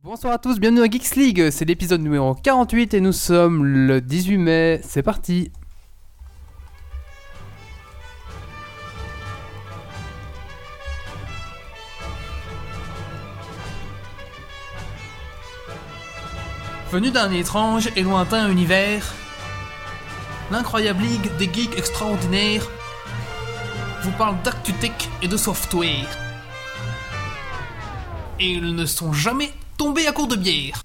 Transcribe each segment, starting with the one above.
Bonsoir à tous, bienvenue à Geeks League, c'est l'épisode numéro 48 et nous sommes le 18 mai, c'est parti. Venu d'un étrange et lointain univers, l'incroyable ligue des geeks extraordinaires vous parle d'actu-tech et de software. Et ils ne sont jamais tombés à court de bière.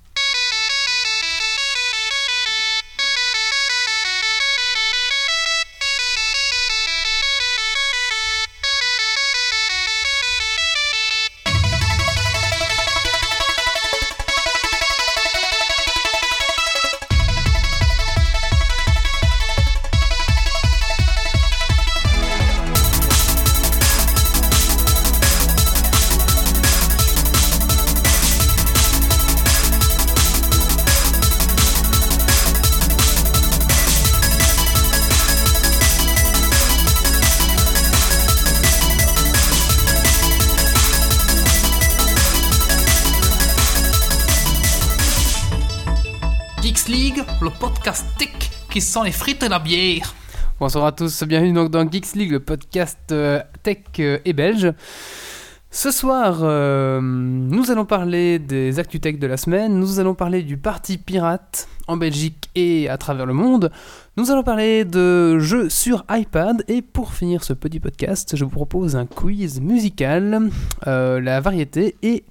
Geeks League, le podcast tech qui sent les frites et la bière. Bonsoir à tous, bienvenue donc dans Geeks League, le podcast tech et belge. Ce soir, nous allons parler des actus tech de la semaine, nous allons parler du parti pirate en Belgique et à travers le monde, nous allons parler de jeux sur iPad et pour finir ce petit podcast, je vous propose un quiz musical, la variété et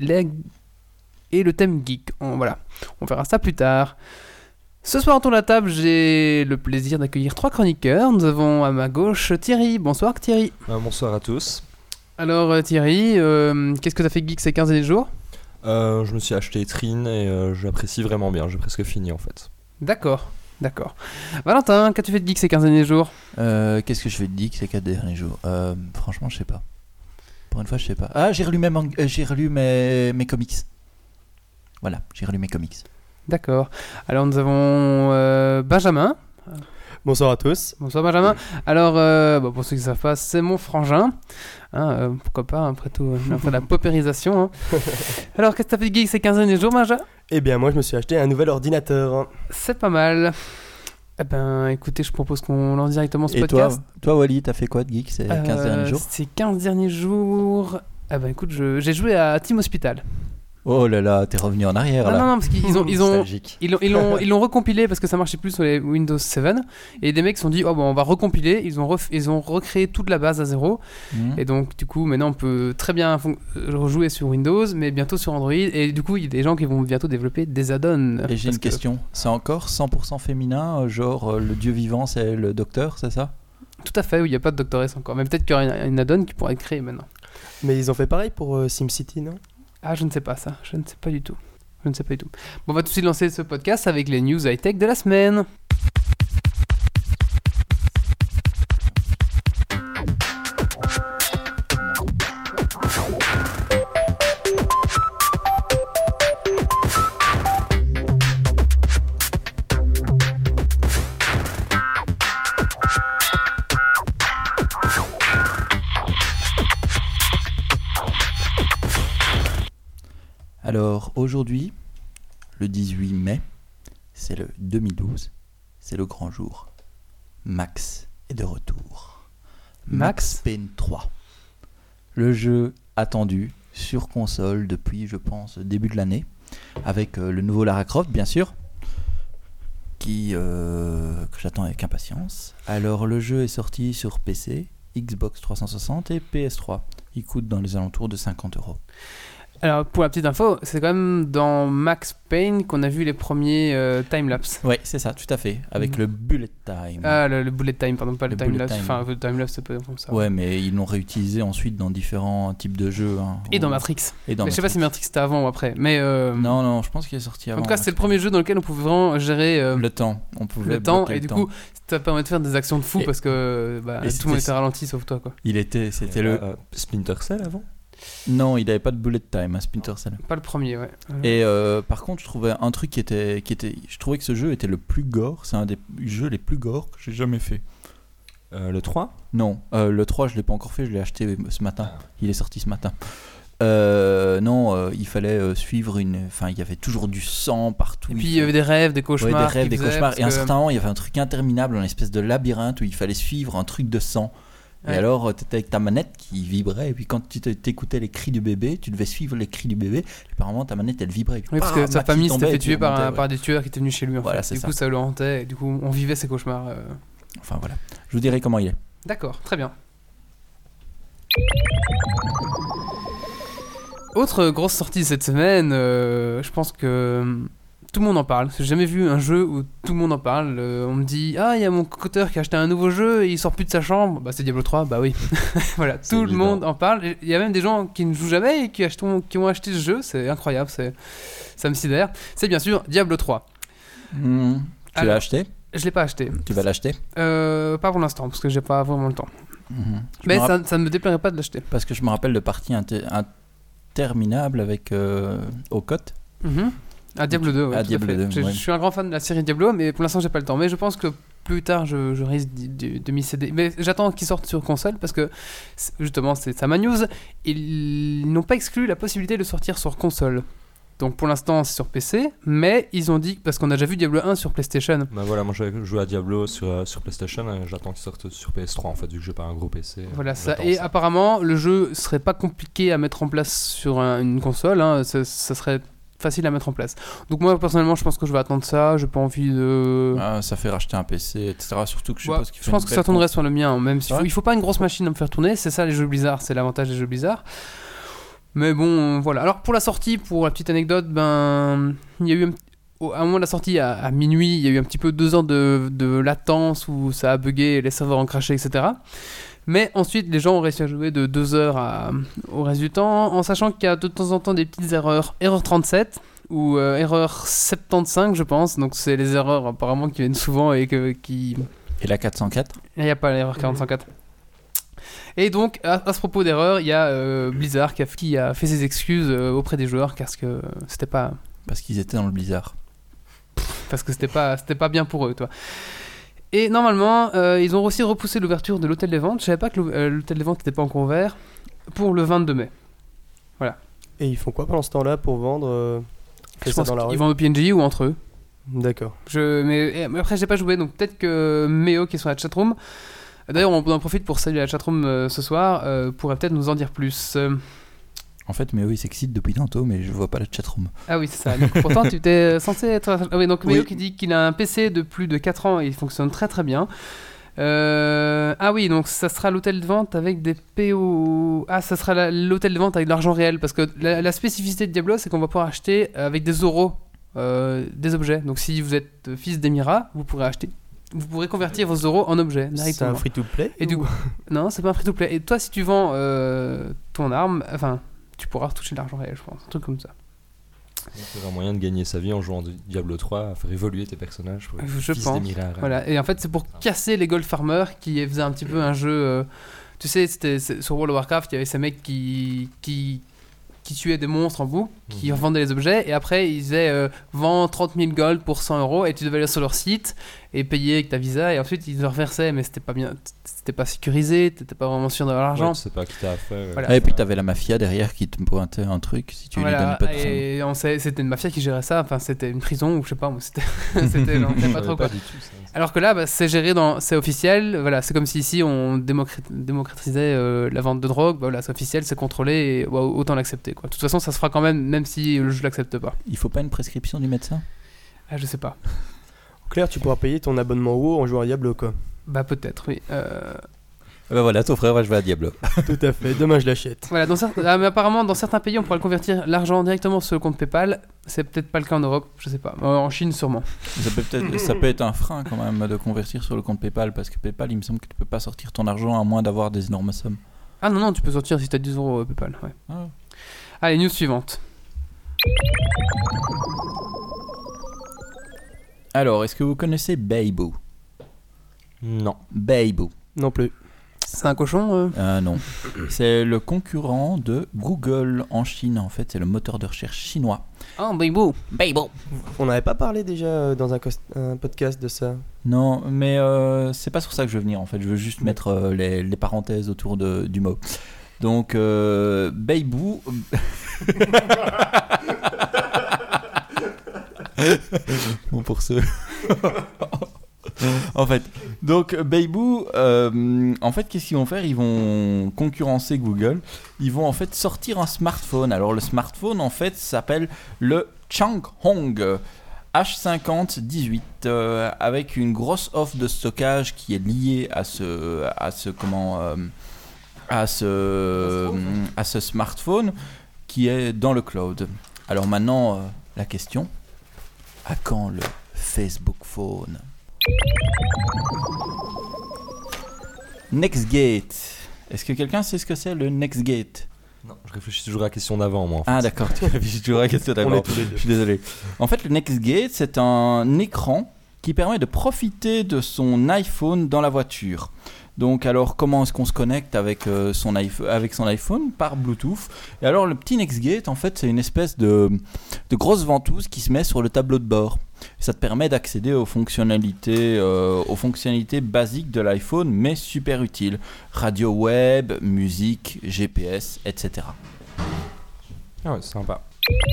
le thème geek. Voilà, on verra ça plus tard. Ce soir autour de la table, j'ai le plaisir d'accueillir 3 chroniqueurs. Nous avons à ma gauche Thierry. Bonsoir Thierry. Bonsoir à tous. Alors Thierry, qu'est-ce que tu as fait geek ces 15 derniers jours ? Je me suis acheté Trine et j'apprécie vraiment bien, j'ai presque fini en fait. D'accord. Valentin, qu'as-tu fait de geek ces 15 derniers jours ? Qu'est-ce que je fais de geek ces 4 derniers jours ? Franchement, je sais pas. Pour une fois, je sais pas. Ah, j'ai relu mes comics. Voilà, j'ai relu mes comics. D'accord. Alors nous avons Benjamin. Bonsoir à tous. Bonsoir Benjamin. Alors, pour ceux qui ne savent pas, c'est mon frangin. Pourquoi pas, après tout, après la paupérisation. Alors, qu'est-ce que tu as fait de geek ces 15 derniers jours, Benjamin ? Eh bien, moi, je me suis acheté un nouvel ordinateur. C'est pas mal. Eh ben, écoutez, je propose qu'on lance directement ce Et podcast. toi, Wally, t'as fait quoi de geek ces 15 derniers jours ? Ces 15 derniers jours... Eh ben, écoute, j'ai joué à Team Hospital. Oh là là, t'es revenu en arrière là. Non, parce qu'ils l'ont recompilé parce que ça marchait plus sur les Windows 7 et des mecs se sont dit on va recompiler, ils ont recréé toute la base à zéro et donc du coup maintenant on peut très bien rejouer sur Windows mais bientôt sur Android et du coup il y a des gens qui vont bientôt développer des add-ons. Et j'ai une question, c'est encore 100% féminin, genre le dieu vivant c'est le docteur, c'est ça ? Tout à fait, oui, il n'y a pas de doctoresse encore, mais peut-être qu'il y aura une add-on qui pourra être créée maintenant. Mais ils ont fait pareil pour SimCity, non ? Ah, je ne sais pas ça, je ne sais pas du tout. Bon, on va tout de suite lancer ce podcast avec les news high-tech de la semaine. Alors aujourd'hui, le 18 mai, c'est le 2012, c'est le grand jour. Max est de retour. Max Payne 3. Le jeu attendu sur console depuis, je pense, début de l'année, avec le nouveau Lara Croft, bien sûr, que j'attends avec impatience. Alors le jeu est sorti sur PC, Xbox 360 et PS3. Il coûte dans les alentours de 50€. Alors, pour la petite info, c'est quand même dans Max Payne qu'on a vu les premiers timelapse. Oui, c'est ça, tout à fait, avec le bullet time. Ah, le bullet time, pardon, pas le timelapse. Enfin, le timelapse, c'est pas comme ça. Ouais, mais ils l'ont réutilisé ensuite dans différents types de jeux. Et dans Matrix. Mais je sais pas si Matrix c'était avant ou après. Mais Non, je pense qu'il est sorti avant. En tout cas, c'était le premier jeu dans lequel on pouvait vraiment gérer le temps. On pouvait le temps, et du coup, ça permet de faire des actions de fou parce que tout le monde était ralenti sauf toi, quoi. C'était le Splinter Cell avant ? Non, il n'avait pas de bullet time, Splinter Cell. Pas le premier, ouais. Et par contre, je trouvais un truc qui était, je trouvais que ce jeu était le plus gore. C'est un des jeux les plus gore que j'ai jamais fait. Le 3 ? Non, le 3 je l'ai pas encore fait, je l'ai acheté ce matin. Il est sorti ce matin. Non, il fallait suivre Enfin, il y avait toujours du sang partout. Et puis il y avait des rêves, des cauchemars. Ouais, des rêves, des qu'ils faisaient, cauchemars. Et à un parce que- certain moment, il y avait un truc interminable, une espèce de labyrinthe où il fallait suivre un truc de sang. Ouais. Et alors, tu étais avec ta manette qui vibrait. Et puis quand tu t'écoutais les cris du bébé, tu devais suivre les cris du bébé. Et apparemment, ta manette, elle vibrait. Et puis, Oui, parce que bam, sa Max, famille il s'était tombait, fait et puis tuer il remontait, ouais. par des tueurs qui étaient venus chez lui. En Voilà, fait. c'est Du ça. coup, ça le hantait. Et du coup, on vivait ces cauchemars. Enfin voilà. Je vous dirai comment il est. D'accord, très bien. Autre grosse sortie cette semaine, je pense que tout le monde en parle. J'ai jamais vu un jeu où tout le monde en parle. On me dit il y a mon cocoteur qui a acheté un nouveau jeu et il sort plus de sa chambre. Bah c'est Diablo 3, bah oui. Voilà, C'est tout le évident. monde en parle. Il y a même des gens qui ne jouent jamais et qui ont acheté ce jeu. C'est incroyable, ça me sidère. C'est bien sûr Diablo 3. Tu Alors, l'as acheté? Je l'ai pas acheté. Tu vas l'acheter? Pas pour l'instant parce que j'ai pas vraiment le temps. Je Mais me rappelle- ça ne me déplairait pas de l'acheter. Parce que je me rappelle de parties interminables avec Okot. À Diablo 2, ouais, À tout Diablo fait. 2, Je ouais. suis un grand fan de la série Diablo, mais pour l'instant j'ai pas le temps. Mais je pense que plus tard je risque de m'y céder. Mais j'attends qu'ils sortent sur console parce que justement c'est ça ma news. Ils n'ont pas exclu la possibilité de sortir sur console. Donc pour l'instant c'est sur PC, mais ils ont dit, parce qu'on a déjà vu Diablo 1 sur PlayStation. Bah voilà, moi j'avais joué à Diablo sur PlayStation, j'attends qu'il sorte sur PS3 en fait, vu que j'ai pas un gros PC. Voilà ça. j'attends Et apparemment le jeu serait pas compliqué à mettre en place sur une console. Ça serait facile à mettre en place. Donc moi personnellement je pense que je vais attendre ça. J'ai pas envie de... Ça fait racheter un PC, etc. Surtout que je Ouais, suppose qu'il je pense que ça tournerait sur le mien, même s'il Ouais. il faut pas une grosse machine à me faire tourner, c'est ça les jeux Blizzard, c'est l'avantage des jeux Blizzard. Mais bon, voilà. Alors pour la sortie, pour la petite anecdote, il y a eu à un moment de la sortie, à minuit, il y a eu un petit peu 2 heures de latence où ça a bugué, les serveurs ont craché, etc. Mais ensuite, les gens ont réussi à jouer de 2 heures au reste du temps, en sachant qu'il y a de temps en temps des petites erreurs. Erreur 37 ou erreur 75, je pense. Donc c'est les erreurs apparemment qui viennent souvent et qui... Et la 404? Il n'y a pas l'erreur 404. Et donc, à ce propos d'erreur, il y a Blizzard qui a fait ses excuses auprès des joueurs parce que c'était pas Parce qu'ils étaient dans le Blizzard. c'était pas bien pour eux, toi. Et normalement, ils ont aussi repoussé l'ouverture de l'hôtel des ventes. Je savais pas que l'hôtel des ventes n'était pas encore ouvert pour le 22 mai. Et ils font quoi pendant ce temps-là pour vendre Je ça pense dans la qu'ils rue? vendent au PNJ ou entre eux. D'accord. Mais après, j'ai pas joué, donc peut-être que Méo qui est sur la chatroom. D'ailleurs, on en profite pour saluer la chatroom ce soir. Pourrait peut-être nous en dire plus. En fait, Méo il s'excite depuis tantôt, mais je vois pas la chatroom. Ah oui, c'est ça. Donc, pourtant, tu étais censé être... Ah oui, donc Méo Oui. qui dit qu'il a un PC de plus de 4 ans et il fonctionne très très bien. Ah oui, donc ça sera l'hôtel de vente avec des PO... Ah, ça sera l'hôtel de vente avec de l'argent réel. Parce que la spécificité de Diablo, c'est qu'on va pouvoir acheter avec des euros des objets. Donc si vous êtes fils d'émirat, vous pourrez convertir vos euros en objets C'est directement. un free-to-play Et du coup, non, c'est pas un free-to-play. Et toi, si tu vends ton arme, enfin, tu pourras retoucher de l'argent réel, je pense. Un truc comme ça. C'est un moyen de gagner sa vie en jouant Diablo 3, à faire évoluer tes personnages. Pour Je fils pense. d'émirat, ouais. Voilà. Et en fait, c'est pour casser les Gold Farmers qui faisaient un petit peu un jeu. Tu sais, sur World of Warcraft, il y avait ces mecs qui tuaient des monstres en boucle, qui vendaient les objets, et après ils disaient vends 30 000 gold pour 100 euros, et tu devais aller sur leur site et payer avec ta visa, et ensuite ils te reversaient, mais c'était pas bien, c'était pas sécurisé, t'étais pas vraiment sûr d'avoir l'argent. Ouais, tu sais pas qui t'a affaire. Voilà. Et puis t'avais la mafia derrière qui te pointait un truc si tu lui donnais pas de son. Et c'était une mafia qui gérait ça, enfin c'était une prison ou je sais pas, moi c'était genre, je sais pas trop quoi. du tout ça. Alors que là, c'est géré c'est officiel. Voilà, c'est comme si ici on démocratisait la vente de drogue. Bah, voilà, c'est officiel, c'est contrôlé, et autant l'accepter, quoi. De toute façon, ça se fera quand même si le jeu l'accepte pas. Il faut pas une prescription du médecin? Ah, je sais pas. En clair, tu pourras payer ton abonnement WoW en jouant à Diablo, quoi. Bah peut-être, oui. Bah voilà, ton frère va jouer à Diablo. Tout à fait. Demain, je l'achète. Voilà, mais apparemment dans certains pays on pourra convertir l'argent directement sur le compte PayPal. C'est peut-être pas le cas en Europe, je sais pas. En Chine sûrement. Ça peut être un frein quand même de convertir sur le compte PayPal, parce que PayPal, il me semble que tu peux pas sortir ton argent à moins d'avoir des énormes sommes. Ah non, tu peux sortir si t'as 10 euros PayPal. Ouais. Ah. Allez, news suivante. Alors, est-ce que vous connaissez Baibu? Non. Baibu. Non plus. C'est un cochon Non. C'est le concurrent de Google en Chine. En fait, c'est le moteur de recherche chinois. Oh, Baibu. On n'avait pas parlé déjà dans un podcast de ça. Non, mais c'est pas sur ça que je veux venir. En fait, je veux juste mettre les parenthèses autour du mot. Donc, Beibou. Bon, pour ceux. En fait, donc Beibou, en fait, qu'est-ce qu'ils vont faire? Ils vont concurrencer Google. Ils vont en fait sortir un smartphone. Alors, le smartphone, en fait, s'appelle le Changhong H5018 avec une grosse offre de stockage qui est liée à ce smartphone qui est dans le cloud. Alors maintenant, la question, à quand le Facebook Phone? Nextgate. Est-ce que quelqu'un sait ce que c'est le Nextgate? Non, je réfléchis toujours à la question d'avant, moi. En fait. Ah d'accord, tu réfléchis toujours à la question d'avant. On est tous les deux. Je suis désolé. En fait, le Nextgate, c'est un écran qui permet de profiter de son iPhone dans la voiture. Donc, alors, comment est-ce qu'on se connecte avec son iPhone? Par Bluetooth. Et alors, le petit Nextgate, en fait, c'est une espèce de grosse ventouse qui se met sur le tableau de bord. Ça te permet d'accéder aux fonctionnalités basiques de l'iPhone, mais super utiles. Radio web, musique, GPS, etc. Ah ouais, sympa.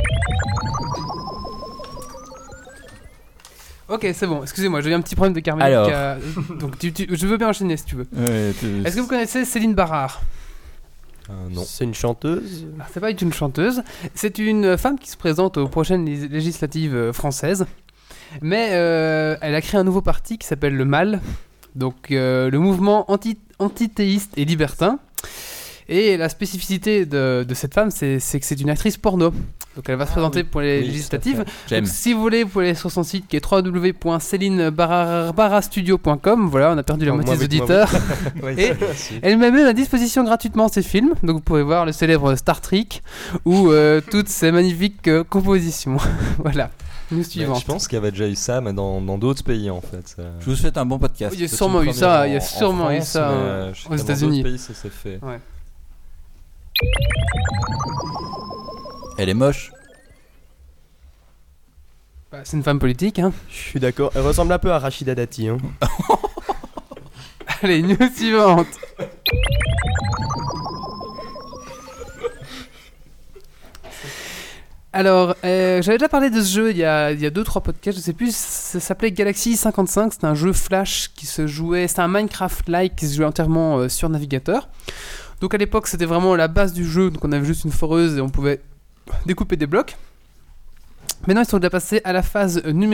Ok, c'est bon. Excusez-moi, j'ai eu un petit problème de Carmen. Alors. Donc, je veux bien enchaîner si tu veux. Ouais, Est-ce que vous connaissez Céline Barrard? Non. C'est une chanteuse. Alors, c'est pas une chanteuse. C'est une femme qui se présente aux prochaines législatives françaises. Mais elle a créé un nouveau parti qui s'appelle le MAL. Donc, le mouvement antithéiste et libertin. Et la spécificité de cette femme, c'est que c'est une actrice porno. Donc elle va se présenter pour les législatives. J'aime. Donc, si vous voulez, vous pouvez aller sur son site qui est www.celinebarrastudio.com. Voilà, on a perdu la moitié des auditeurs. Et elle met même à disposition gratuitement ses films. Donc vous pouvez voir le célèbre Star Trek ou toutes ces magnifiques compositions. Voilà. Nous suivons. Je pense qu'il y avait déjà eu ça, mais dans d'autres pays en fait. Je vous souhaite un bon podcast. Il y a sûrement eu ça. Il y a sûrement eu ça aux États-Unis. Dans d'autres pays, ça s'est fait. Ouais. Elle est moche. Bah, c'est une femme politique, hein. Je suis d'accord. Elle ressemble un peu à Rachida Dati. Hein. Allez, news suivante. Alors, j'avais déjà parlé de ce jeu il y a 2-3 podcasts, je sais plus, ça s'appelait Galaxy 55, c'était un jeu flash qui se jouait, c'était un Minecraft-like qui se jouait entièrement sur navigateur. Donc à l'époque c'était vraiment la base du jeu, donc on avait juste une foreuse et on pouvait découper des blocs. Maintenant ils sont déjà passés à la phase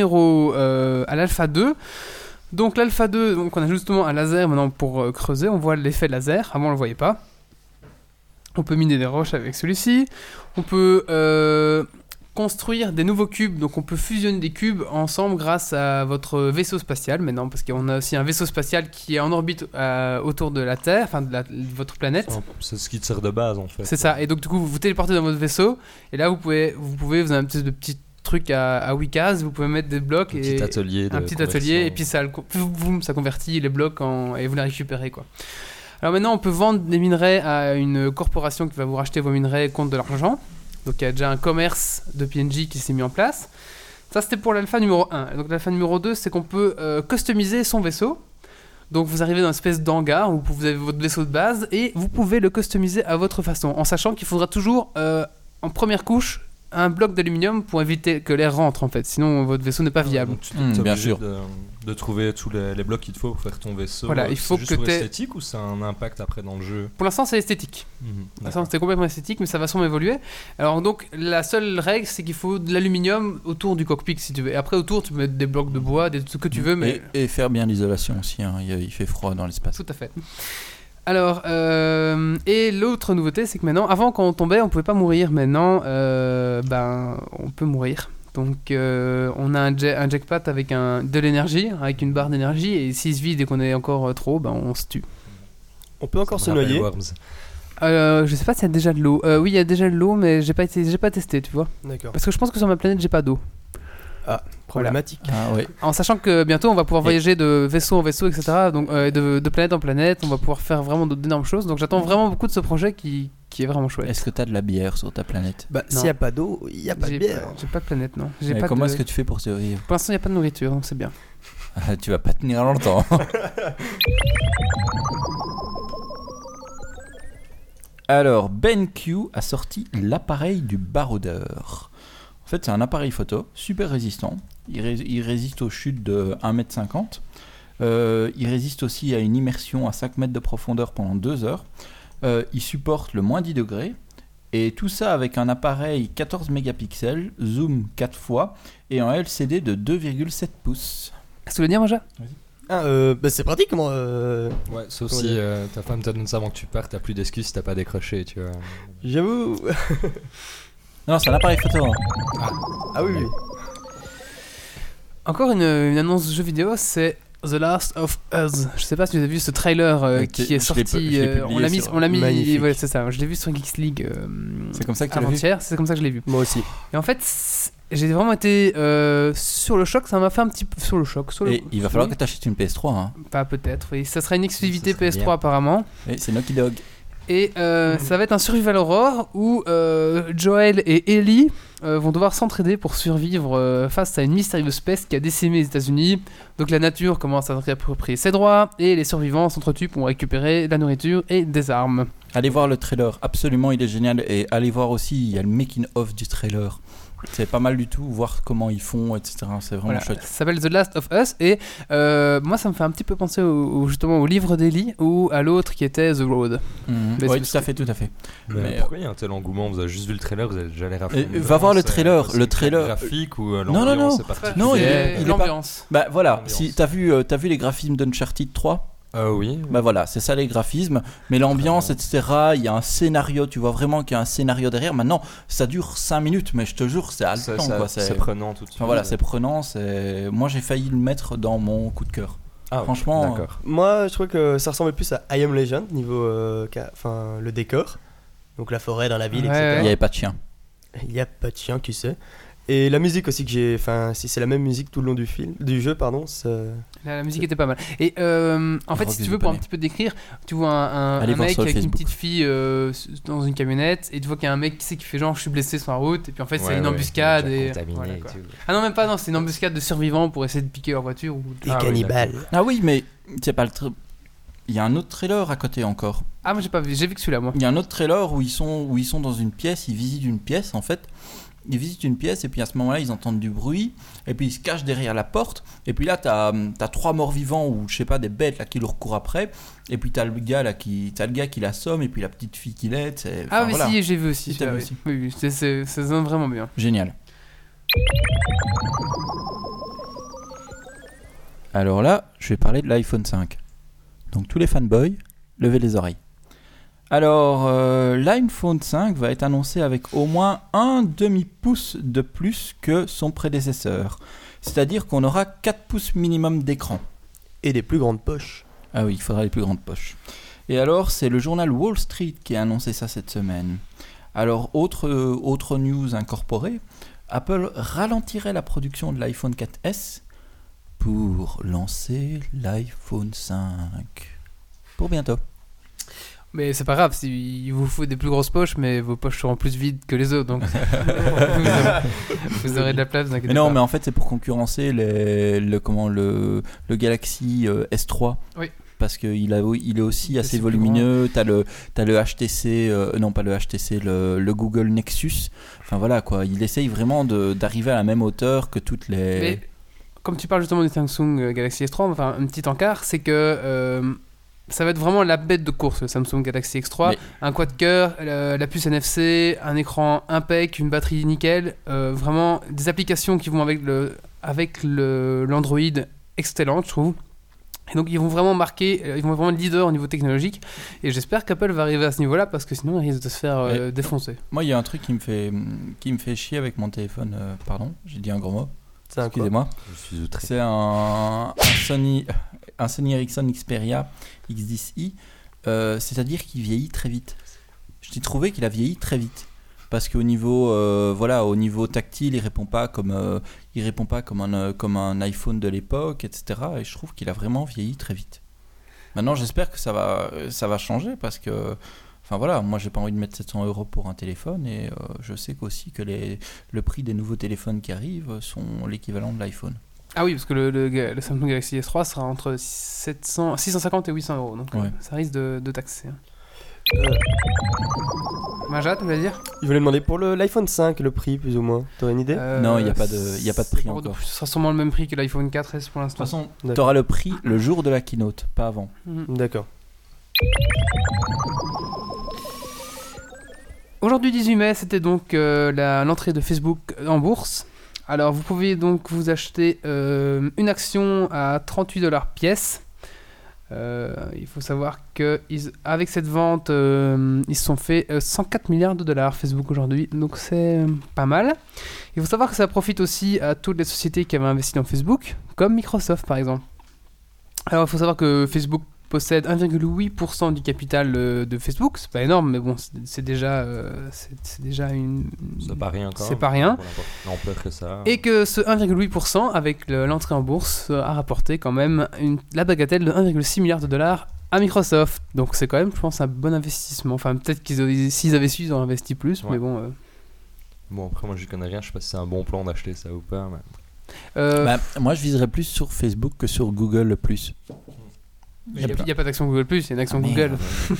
à l'alpha 2. Donc l'alpha 2, donc on a justement un laser maintenant pour creuser, on voit l'effet laser, avant on le voyait pas. On peut miner des roches avec celui-ci. On peut construire des nouveaux cubes. Donc on peut fusionner des cubes ensemble grâce à votre vaisseau spatial maintenant. Parce qu'on a aussi un vaisseau spatial qui est en orbite autour de la Terre, enfin de votre planète. C'est ce qui te sert de base en fait. C'est ça. Et donc du coup vous vous téléportez dans votre vaisseau. Et là vous avez un petit de petits trucs à 8 cases. Vous pouvez mettre des blocs. Un petit atelier. Et puis ça convertit les blocs et vous les récupérez quoi. Alors maintenant, on peut vendre des minerais à une corporation qui va vous racheter vos minerais contre de l'argent. Donc il y a déjà un commerce de PNJ qui s'est mis en place. Ça, c'était pour l'alpha numéro 1. Donc l'alpha numéro 2, c'est qu'on peut customiser son vaisseau. Donc vous arrivez dans une espèce d'hangar où vous avez votre vaisseau de base et vous pouvez le customiser à votre façon. En sachant qu'il faudra toujours, en première couche, un bloc d'aluminium pour éviter que l'air rentre en fait. Sinon, votre vaisseau n'est pas viable. Donc, tu es bien obligé sûr. de trouver tous les blocs qu'il te faut pour faire ton vaisseau. Voilà, il faut c'est juste que pour t'aies- esthétique ou c'est un impact après dans le jeu? Pour l'instant, c'est esthétique. Pour l'instant, D'accord. c'était complètement esthétique, mais ça va sûrement évoluer. Alors donc, la seule règle, c'est qu'il faut de l'aluminium autour du cockpit, si tu veux. Et après, autour, tu peux mettre des blocs de bois, ce que tu veux, mais... Et faire bien l'isolation aussi. Hein. Il fait froid dans l'espace. Tout à fait. Alors, et l'autre nouveauté, c'est que maintenant, avant, quand on tombait, on pouvait pas mourir. Maintenant, on peut mourir. Donc, on a un jackpot avec de l'énergie, avec une barre d'énergie, et s'il se vide dès qu'on est encore trop, on se tue. On peut encore Ça se me rappelle noyer. Worms. Je sais pas s'il y a déjà de l'eau. Oui, il y a déjà de l'eau, mais j'ai pas testé, tu vois. D'accord. Parce que je pense que sur ma planète, j'ai pas d'eau. Problématique. Ah oui. En sachant que bientôt on va pouvoir voyager de vaisseau en vaisseau, etc. Donc de planète en planète, on va pouvoir faire vraiment d'énormes choses. Donc j'attends vraiment beaucoup de ce projet qui est vraiment chouette. Est-ce que tu as de la bière sur ta planète? Bah, Non. s'il n'y a pas d'eau, il n'y a pas de bière. J'ai pas de planète, non. Mais comment est-ce que tu fais pour survivre? Pour l'instant, il n'y a pas de nourriture, donc c'est bien. Ah, tu vas pas tenir longtemps. Alors, BenQ a sorti l'appareil du baroudeur. En fait, c'est un appareil photo super résistant. Il résiste aux chutes de 1,50 m. Il résiste aussi à une immersion à 5 mètres de profondeur pendant 2 heures. Il supporte le moins 10 degrés. Et tout ça avec un appareil 14 mégapixels, zoom 4 fois et un LCD de 2,7 pouces. Est-ce que tu veux dire, Maja ? C'est pratique, moi. Ouais, sauf si ta femme te donne ça avant que tu partes, t'as plus d'excuses si t'as pas décroché, tu vois. J'avoue. Non, c'est un appareil photo. Hein. Ah oui. Encore une annonce jeu vidéo, c'est The Last of Us. Je sais pas si vous avez vu ce trailer qui est sorti. On l'a mis. Magnifique. Ouais, c'est ça. Je l'ai vu sur Geeks League C'est comme ça que tu l'as vu. avant-hier. C'est comme ça que je l'ai vu. Moi aussi. Et en fait, j'ai vraiment été sur le choc. Ça m'a fait un petit peu sur le choc. Et il va falloir que tu achètes une PS3. Hein. Pas peut-être. Oui, ça sera une exclusivité Ça serait PS3 bien. apparemment. Et c'est Naughty Dog. Et ça va être un survival horror où Joel et Ellie vont devoir s'entraider pour survivre face à une mystérieuse peste qui a décimé les États-Unis. Donc la nature commence à réapproprier ses droits et les survivants s'entretuent pour récupérer de la nourriture et des armes. Allez voir le trailer, absolument il est génial. Et allez voir aussi, il y a le making of du trailer. C'est pas mal du tout, voir comment ils font, etc. C'est vraiment Voilà. chouette. Ça s'appelle The Last of Us et moi ça me fait un petit peu penser justement au livre d'Ellie ou à l'autre qui était The Road. Mais Oui, c'est- tout à fait. Mais Mais, pourquoi il y a un tel engouement? Vous avez juste vu le trailer, vous avez déjà l'air à fond. va voir le trailer, C'est le trailer. graphique ou non, non. l'ambiance est particulière? Non, il C'est est l'ambiance. Bah voilà, L'ambiance. si t'as vu les graphismes d'Uncharted 3, Oui. bah voilà, c'est ça les graphismes, mais l'ambiance, etc., il y a un scénario, tu vois vraiment qu'il y a un scénario derrière. Maintenant, ça dure 5 minutes, mais je te jure, c'est haletant, quoi. C'est prenant tout de suite. Enfin, voilà, c'est prenant, moi j'ai failli le mettre dans mon coup de cœur. Ah, ok, franchement, d'accord. Moi, je trouve que ça ressemblait plus à I Am Legend, niveau. Le décor. Donc la forêt dans la ville, Ouais, Il etc. n'y avait pas de chien. Il n'y a pas de chien, qui sait. Et la musique aussi que j'ai. Enfin, si c'est la même musique tout le long du jeu, pardon. La musique était pas mal. Et en fait, Rock si des tu veux, pour un Japonais. petit peu décrire, tu vois un Allez voir mec sur le avec une Facebook. petite fille dans une camionnette, et tu vois qu'il y a un mec qui fait genre je suis blessé sur la route, et puis en fait c'est une embuscade. Et voilà, quoi. Ah non, même pas, non, c'est une embuscade de survivants pour essayer de piquer leur voiture. Des Ah oui, cannibales. Ah oui, mais c'est pas le il y a un autre trailer à côté encore. Ah, moi j'ai pas vu, j'ai vu que celui-là, moi. Il y a un autre trailer où ils sont dans une pièce, ils visitent une pièce en fait. Ils visitent une pièce et puis à ce moment-là ils entendent du bruit et puis ils se cachent derrière la porte et puis là t'as 3 morts vivants ou je sais pas des bêtes là qui leur courent après et puis t'as le gars qui l'assomme et puis la petite fille qui l'aide. Ah, Enfin, mais voilà. si, j'ai vu aussi. Si, t'as celui-là, vu oui. aussi. Oui, ça sonne vraiment bien. Génial. Alors là, je vais parler de l'iPhone 5. Donc tous les fanboys, levez les oreilles. Alors, l'iPhone 5 va être annoncé avec au moins un demi-pouce de plus que son prédécesseur. C'est-à-dire qu'on aura 4 pouces minimum d'écran. Et des plus grandes poches. Ah oui, il faudra les plus grandes poches. Et alors, c'est le journal Wall Street qui a annoncé ça cette semaine. Alors, autre news incorporée, Apple ralentirait la production de l'iPhone 4S pour lancer l'iPhone 5. Pour bientôt. Mais c'est pas grave, il vous faut des plus grosses poches, mais vos poches seront plus vides que les autres, donc vous aurez de la place, vous inquiétez Mais non, pas. mais en fait, c'est pour concurrencer le Galaxy S3. Oui. Parce qu'il est aussi assez C'est plus volumineux. T'as le HTC, non pas le HTC, le Google Nexus. Enfin voilà quoi, il essaye vraiment d'arriver à la même hauteur que toutes les. Mais comme tu parles justement du Samsung Galaxy S3, enfin un petit encart, c'est que ça va être vraiment la bête de course, le Samsung Galaxy X3. Mais- Un quad-cœur, la puce NFC, un écran impec, une batterie nickel, vraiment des applications qui vont avec l'Android excellente, je trouve. Et donc ils vont vraiment ils vont vraiment être leader au niveau technologique. Et j'espère qu'Apple va arriver à ce niveau-là parce que sinon il risque de se faire Mais- défoncer. Moi, il y a un truc qui me fait chier avec mon téléphone. Pardon, j'ai dit un gros mot. C'est un quoi? Excusez-moi. Je suis outré. C'est un Sony Ericsson Xperia X10i, c'est-à-dire qu'il vieillit très vite. J'ai trouvé qu'il a vieilli très vite parce qu'au niveau au niveau tactile, il répond pas comme comme un iPhone de l'époque, etc. Et je trouve qu'il a vraiment vieilli très vite. Maintenant, j'espère que ça va changer parce que enfin voilà, moi j'ai pas envie de mettre 700 € pour un téléphone et je sais qu'aussi que le prix des nouveaux téléphones qui arrivent sont l'équivalent de l'iPhone. Ah oui, parce que le Samsung Galaxy S3 sera entre 650 et 800 €. Donc Ouais. ça risque de taxer. Hein. Majat, tu vas dire Je voulais demander pour l'iPhone 5, le prix plus ou moins. T'aurais une idée? Non, il n'y a pas de prix encore. Ce sera sûrement le même prix que l'iPhone 4S pour De toute l'instant. façon, D'accord. tu auras le prix le jour de la keynote, pas avant. D'accord. Aujourd'hui 18 mai, c'était donc l'entrée de Facebook en bourse. Alors vous pouvez donc vous acheter une action à $38 pièce. Il faut savoir qu'avec cette vente, ils se sont fait 104 milliards de dollars Facebook aujourd'hui, donc c'est pas mal. Il faut savoir que ça profite aussi à toutes les sociétés qui avaient investi dans Facebook, comme Microsoft par exemple. Alors il faut savoir que Facebook possède 1,8% du capital de Facebook, c'est pas énorme, mais bon, c'est déjà une... C'est pas rien quand même. C'est pas rien. Pour l'ampleur que ça. Et que ce 1,8% avec l'entrée en bourse a rapporté quand même la bagatelle de 1,6 milliard de dollars à Microsoft. Donc c'est quand même, je pense, un bon investissement. Enfin, peut-être s'ils avaient su, ils auraient investi plus, Ouais. mais bon... Bon, après, moi, j'y connais rien. Je sais pas si c'est un bon plan d'acheter ça ou pas. Mais... Moi, je viserais plus sur Facebook que sur Google le plus. Il n'y a pas d'action Google+, il y a une action Google.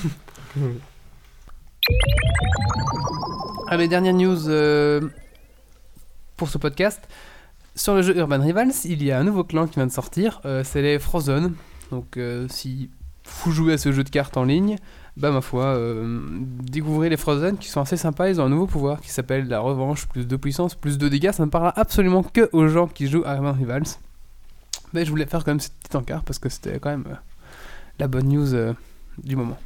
Allez, dernière news pour ce podcast. Sur le jeu Urban Rivals, il y a un nouveau clan qui vient de sortir, c'est les Frozen. Donc si vous jouez à ce jeu de cartes en ligne, bah ma foi, découvrez les Frozen qui sont assez sympas. Ils ont un nouveau pouvoir qui s'appelle la revanche, plus de puissance, plus de dégâts. Ça ne parlera absolument que aux gens qui jouent à Urban Rivals. Mais je voulais faire quand même cette petite encart parce que c'était quand même la bonne news du moment.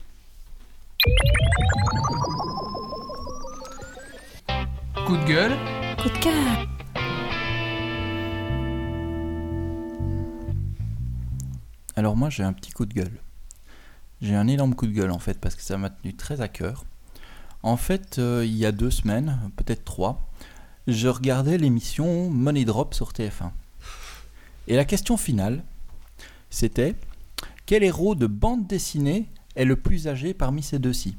Coup de gueule. Coup de cœur. Alors moi j'ai un petit coup de gueule. J'ai un énorme coup de gueule en fait parce que ça m'a tenu très à cœur. En fait il y a 2 semaines, peut-être 3, je regardais l'émission Money Drop sur TF1. Et la question finale, c'était quel héros de bande dessinée est le plus âgé parmi ces deux-ci?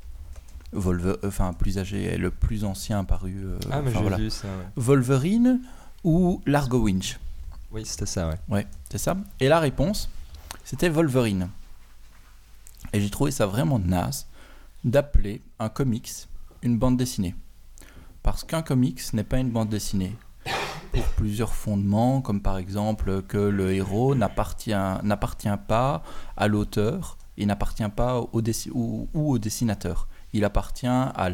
Plus âgé est le plus ancien paru. mais j'ai vu ça, ouais. Wolverine ou Largo Winch? Oui, c'était ça, ouais. Ouais, c'est ça. Et la réponse, c'était Wolverine. Et j'ai trouvé ça vraiment naze d'appeler un comics une bande dessinée. Parce qu'un comics n'est pas une bande dessinée. Pour plusieurs fondements, comme par exemple que le héros n'appartient pas à l'auteur, il n'appartient pas au dessinateur. Il appartient à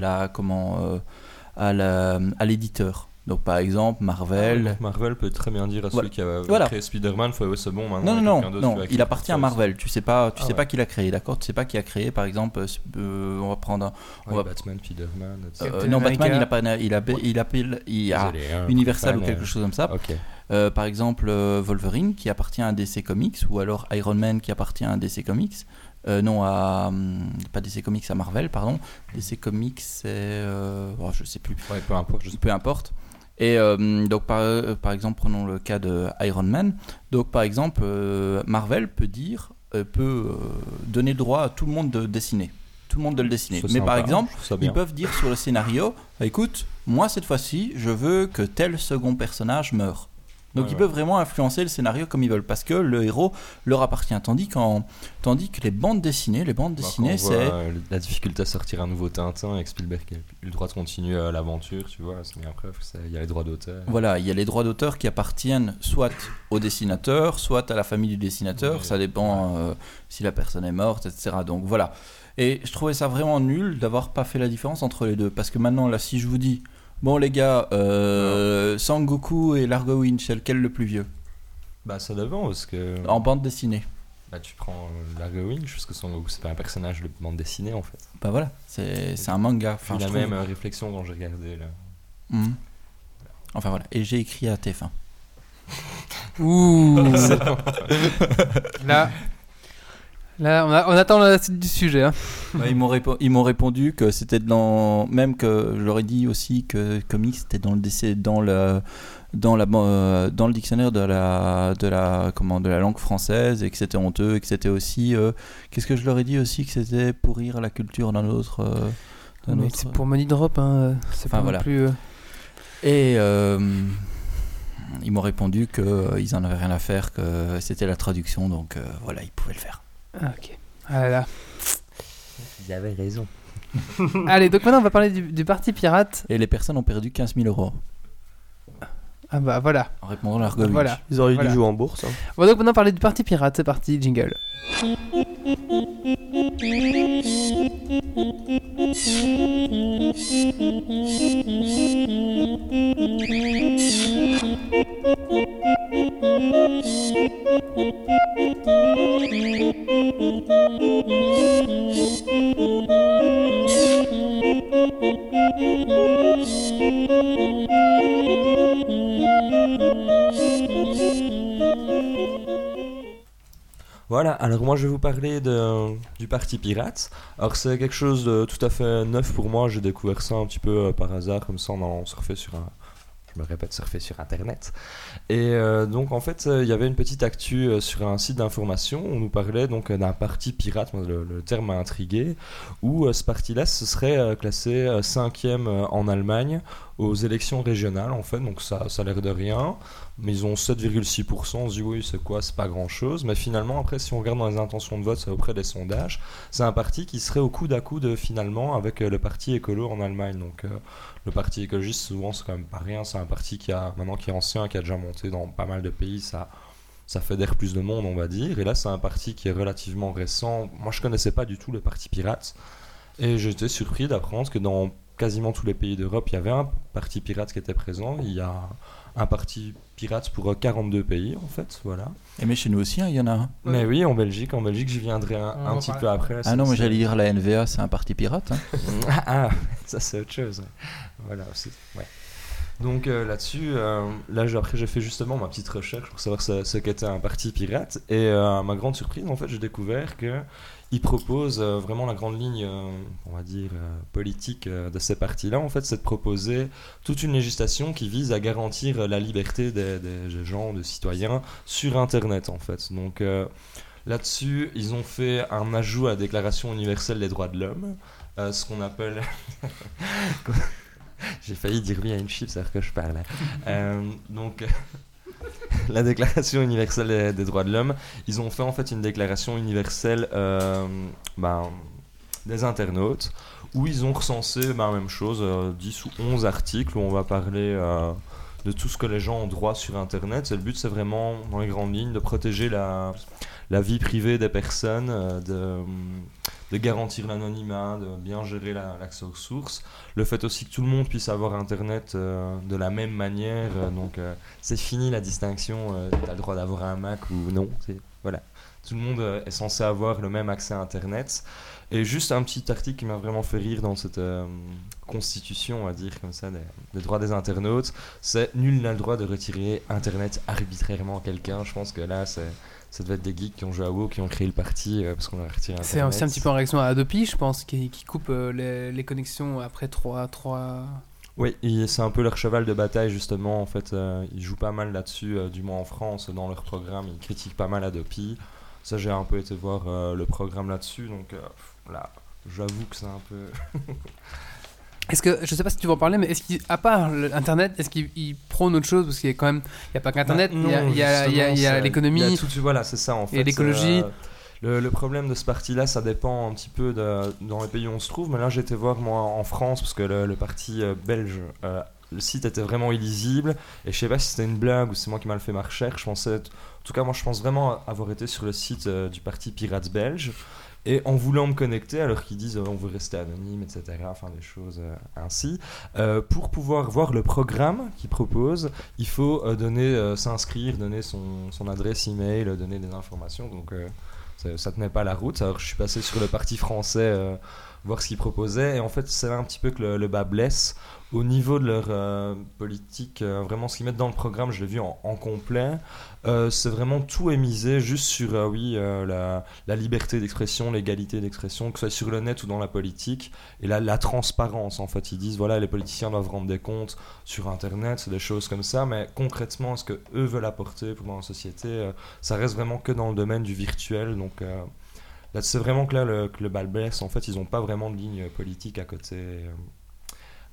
l'éditeur. Donc par exemple Marvel. Marvel peut très bien dire à celui qui a créé Spider-Man, c'est bon maintenant. Non, il appartient à Marvel. Tu sais pas qui l'a créé, d'accord? Tu sais pas qui a créé, par exemple, on va prendre. Batman, Spider-Man. Non, Batman, il a Universal ou quelque chose comme ça. Okay. Par exemple, Wolverine qui appartient à DC Comics, ou alors Iron Man qui appartient à DC Comics. Pas DC Comics, à Marvel, pardon. DC Comics, c'est. Je sais plus. Ouais, peu importe. Et donc par exemple prenons le cas de Iron Man. Donc par exemple Marvel peut donner le droit à tout le monde de dessiner, tout le monde de le dessiner. Mais par exemple ils peuvent dire sur le scénario, écoute, moi cette fois-ci je veux que tel second personnage meure. Donc ils peuvent vraiment influencer le scénario comme ils veulent parce que le héros leur appartient. Tandis que les bandes dessinées, c'est la difficulté à sortir un nouveau Tintin et que Spielberg a eu le droit de continuer l'aventure, tu vois. Mais après, il y a les droits d'auteur. Voilà, il y a les droits d'auteur qui appartiennent soit au dessinateur, soit à la famille du dessinateur. Ça dépend si la personne est morte, etc. Donc voilà. Et je trouvais ça vraiment nul d'avoir pas fait la différence entre les deux parce que maintenant là, si je vous dis bon les gars, Sangoku et Largo Winch, c'est lequel le plus vieux? Bah ça dépend parce que... En bande dessinée. Bah tu prends Largo Winch parce que Sangoku c'est pas un personnage de bande dessinée en fait. Bah voilà, c'est un manga. Enfin, la même réflexion quand j'ai regardé là. Enfin voilà, et j'ai écrit à TF1. Ouh. Là, on attend la suite du sujet. Hein. Bah, ils m'ont répondu que c'était même que je leur ai dit aussi que comics c'était dans le dictionnaire de la langue française et que c'était honteux et que c'était aussi qu'est-ce que je leur ai dit aussi, que c'était pourrir la culture d'un autre. C'est pour Money Drop, hein. C'est pas non plus. Et ils m'ont répondu qu'ils en avaient rien à faire, que c'était la traduction, donc voilà, ils pouvaient le faire. Ah, ok. Ah là là. J'avais raison. Allez, donc maintenant on va parler du parti pirate. Et les personnes ont perdu 15 000 € Ah bah voilà. en répondant à l'argot. Voilà. Ils auraient Voilà. dû jouer en bourse. Hein. On va donc maintenant parler du parti pirate. C'est parti, jingle. Voilà, alors moi je vais vous parler du Parti Pirate. Alors c'est quelque chose de tout à fait neuf pour moi, j'ai découvert ça un petit peu par hasard, comme ça en allant surfer sur surfer sur internet. Et donc en fait il y avait une petite actu sur un site d'information, on nous parlait donc d'un parti pirate, moi, le terme m'a intrigué, où ce parti-là se serait classé 5e en Allemagne aux élections régionales en fait, donc ça a l'air de rien, mais ils ont 7,6%, on se dit oui c'est quoi, c'est pas grand chose, mais finalement après si on regarde dans les intentions de vote auprès des sondages, c'est un parti qui serait au coude à coude finalement avec le parti écolo en Allemagne, donc le parti écologiste souvent c'est quand même pas rien, c'est un parti qui est ancien, qui a déjà monté dans pas mal de pays, ça fédère plus de monde on va dire, et là c'est un parti qui est relativement récent, moi je connaissais pas du tout le parti pirate, et j'étais surpris d'apprendre que dans quasiment tous les pays d'Europe, il y avait un parti pirate qui était présent. Il y a un parti pirate pour 42 pays, en fait, voilà. Et mais chez nous aussi, il y en a un. Mais oui, en Belgique, j'y viendrai un petit peu après. Ah non, mais j'allais dire la NVA, c'est un parti pirate. Hein. Ah, ça c'est autre chose. Ouais. Voilà, ouais. Donc là-dessus, après j'ai fait justement ma petite recherche pour savoir ce qu'était un parti pirate, et à ma grande surprise, en fait, j'ai découvert que il propose vraiment la grande ligne, on va dire, politique de ces partis-là, en fait, c'est de proposer toute une législation qui vise à garantir la liberté des gens, des citoyens, sur Internet, en fait. Donc là-dessus, ils ont fait un ajout à la Déclaration universelle des droits de l'homme, ce qu'on appelle... J'ai failli dire oui à une chip, c'est-à-dire que je parle. Donc... la Déclaration universelle des droits de l'homme, ils ont fait en fait une déclaration universelle des internautes, où ils ont recensé la même chose, 10 ou 11 articles où on va parler de tout ce que les gens ont droit sur Internet. Et le but c'est vraiment, dans les grandes lignes, de protéger la vie privée des personnes, de garantir l'anonymat, de bien gérer l'accès aux sources, le fait aussi que tout le monde puisse avoir Internet de la même manière, donc c'est fini la distinction, tu as le droit d'avoir un Mac ou non, voilà. Tout le monde est censé avoir le même accès à Internet. Et juste un petit article qui m'a vraiment fait rire dans cette constitution, on va dire comme ça, des droits des internautes, c'est « Nul n'a le droit de retirer Internet arbitrairement à quelqu'un ». Je pense que là, ça devait être des geeks qui ont joué à WoW, qui ont créé le parti parce qu'on a retiré Internet. C'est aussi un petit peu en réaction à Adopi, je pense, qui coupe les connexions après 3... Oui, c'est un peu leur cheval de bataille justement, en fait, ils jouent pas mal là-dessus, du moins en France, dans leur programme, ils critiquent pas mal Adopi. Ça, j'ai un peu été voir le programme là-dessus, donc là, j'avoue que c'est un peu... Est-ce que, je sais pas si tu vas en parler, mais est-ce qu'à part Internet, est-ce qu'il prône autre chose? Parce qu'il y a quand même, il n'y a pas qu'Internet, il y a l'économie, voilà, c'est ça en fait. Et l'écologie. Le problème de ce parti-là, ça dépend un petit peu dans les pays où on se trouve. Mais là, j'ai été voir moi en France, parce que le parti belge, le site était vraiment illisible. Et je sais pas si c'était une blague ou c'est moi qui mal fait ma recherche. En tout cas, moi, je pense vraiment avoir été sur le site du parti Pirates belge. Et en voulant me connecter, alors qu'ils disent on veut rester anonyme, etc., enfin des choses ainsi, pour pouvoir voir le programme qu'ils proposent, il faut s'inscrire, donner son adresse email, donner des informations, donc ça tenait pas la route. Alors je suis passé sur le parti français voir ce qu'ils proposaient, et en fait c'est là un petit peu que le bas blesse. Au niveau de leur politique, vraiment ce qu'ils mettent dans le programme, je l'ai vu en complet, c'est vraiment tout est misé juste sur la liberté d'expression, l'égalité d'expression, que ce soit sur le net ou dans la politique, et la transparence en fait. Ils disent voilà, les politiciens doivent rendre des comptes sur Internet, c'est des choses comme ça, mais concrètement ce qu'eux veulent apporter pour dans la société, ça reste vraiment que dans le domaine du virtuel, donc là c'est vraiment que le bal blesse, en fait ils n'ont pas vraiment de ligne politique à côté.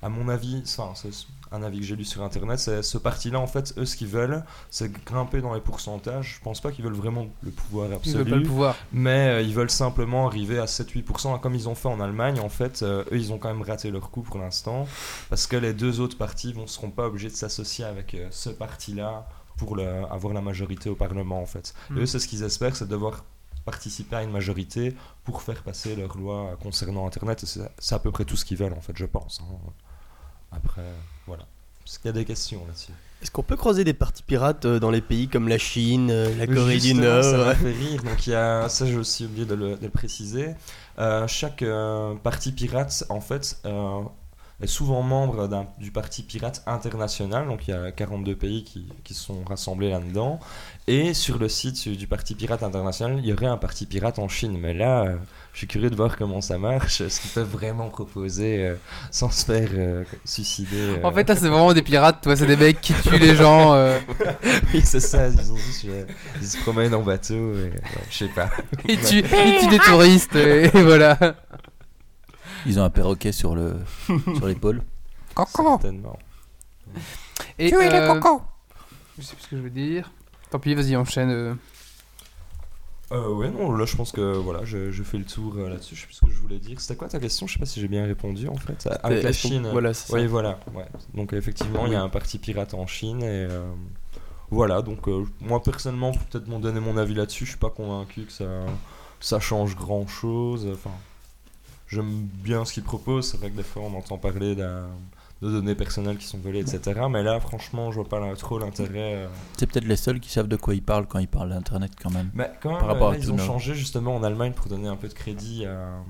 à mon avis, c'est un avis que j'ai lu sur internet, c'est ce parti-là, en fait, eux, ce qu'ils veulent, c'est grimper dans les pourcentages. Je pense pas qu'ils veulent vraiment le pouvoir Ils absolu. veulent pas le pouvoir. Mais ils veulent simplement arriver à 7-8%, comme ils ont fait en Allemagne. En fait, eux, ils ont quand même raté leur coup pour l'instant, parce que les deux autres partis ne seront pas obligés de s'associer avec ce parti-là pour avoir la majorité au Parlement, en fait. Et eux, c'est ce qu'ils espèrent, c'est de devoir participer à une majorité pour faire passer leur loi concernant Internet. Et c'est à peu près tout ce qu'ils veulent, en fait, je pense. Après, voilà. Est-ce qu'il y a des questions là-dessus? Est-ce qu'on peut croiser des partis pirates dans les pays comme la Chine, la Corée du Justement, Nord? Ça m'a fait rire. Donc, ça, j'ai aussi oublié de le préciser. Chaque parti pirate, en fait, est souvent membre du parti pirate international. Donc, il y a 42 pays qui sont rassemblés là-dedans. Et sur le site du parti pirate international, il y aurait un parti pirate en Chine. Mais là, je suis curieux de voir comment ça marche, ce qu'ils peuvent vraiment proposer sans se faire suicider. En fait, là, c'est vraiment des pirates, toi, c'est des mecs qui tuent les gens. Oui, c'est ça, ils se promènent en bateau, et, je sais pas. Ils tuent des touristes, et voilà. Ils ont un perroquet sur l'épaule. Coco. Certainement. Et Tu es le coco. je sais plus ce que je veux dire. Tant pis, vas-y, enchaîne. Ouais, non, là je pense que voilà, je fais le tour là-dessus. Je sais plus ce que je voulais dire. C'était quoi ta question? Je sais pas si j'ai bien répondu en fait. Avec la Chine. Voilà, c'est ça. Oui, voilà. Ouais. Donc effectivement, il y a un parti pirate en Chine et voilà. Donc moi personnellement, pour peut-être m'en donner mon avis là-dessus, je suis pas convaincu que ça change grand-chose. Enfin, j'aime bien ce qu'ils proposent. C'est vrai que des fois on entend parler de données personnelles qui sont volées, etc. Mais là, franchement, je vois pas trop l'intérêt. C'est peut-être les seuls qui savent de quoi ils parlent quand ils parlent d'Internet quand même. Mais quand même, Par rapport à là, ils tout ont le- changé justement en Allemagne pour donner un peu de crédit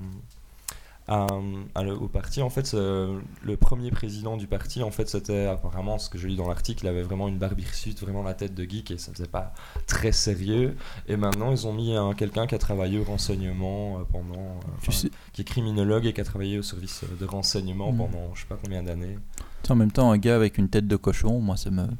au parti. En fait, le premier président du parti, en fait, c'était apparemment ce que je lis dans l'article, il avait vraiment une barbe hirsute, vraiment la tête de geek et ça faisait pas très sérieux. Et maintenant, ils ont mis quelqu'un qui a travaillé au renseignement qui est criminologue et qui a travaillé au service de renseignement pendant je sais pas combien d'années. Tu sais, en même temps, un gars avec une tête de cochon, moi ça me...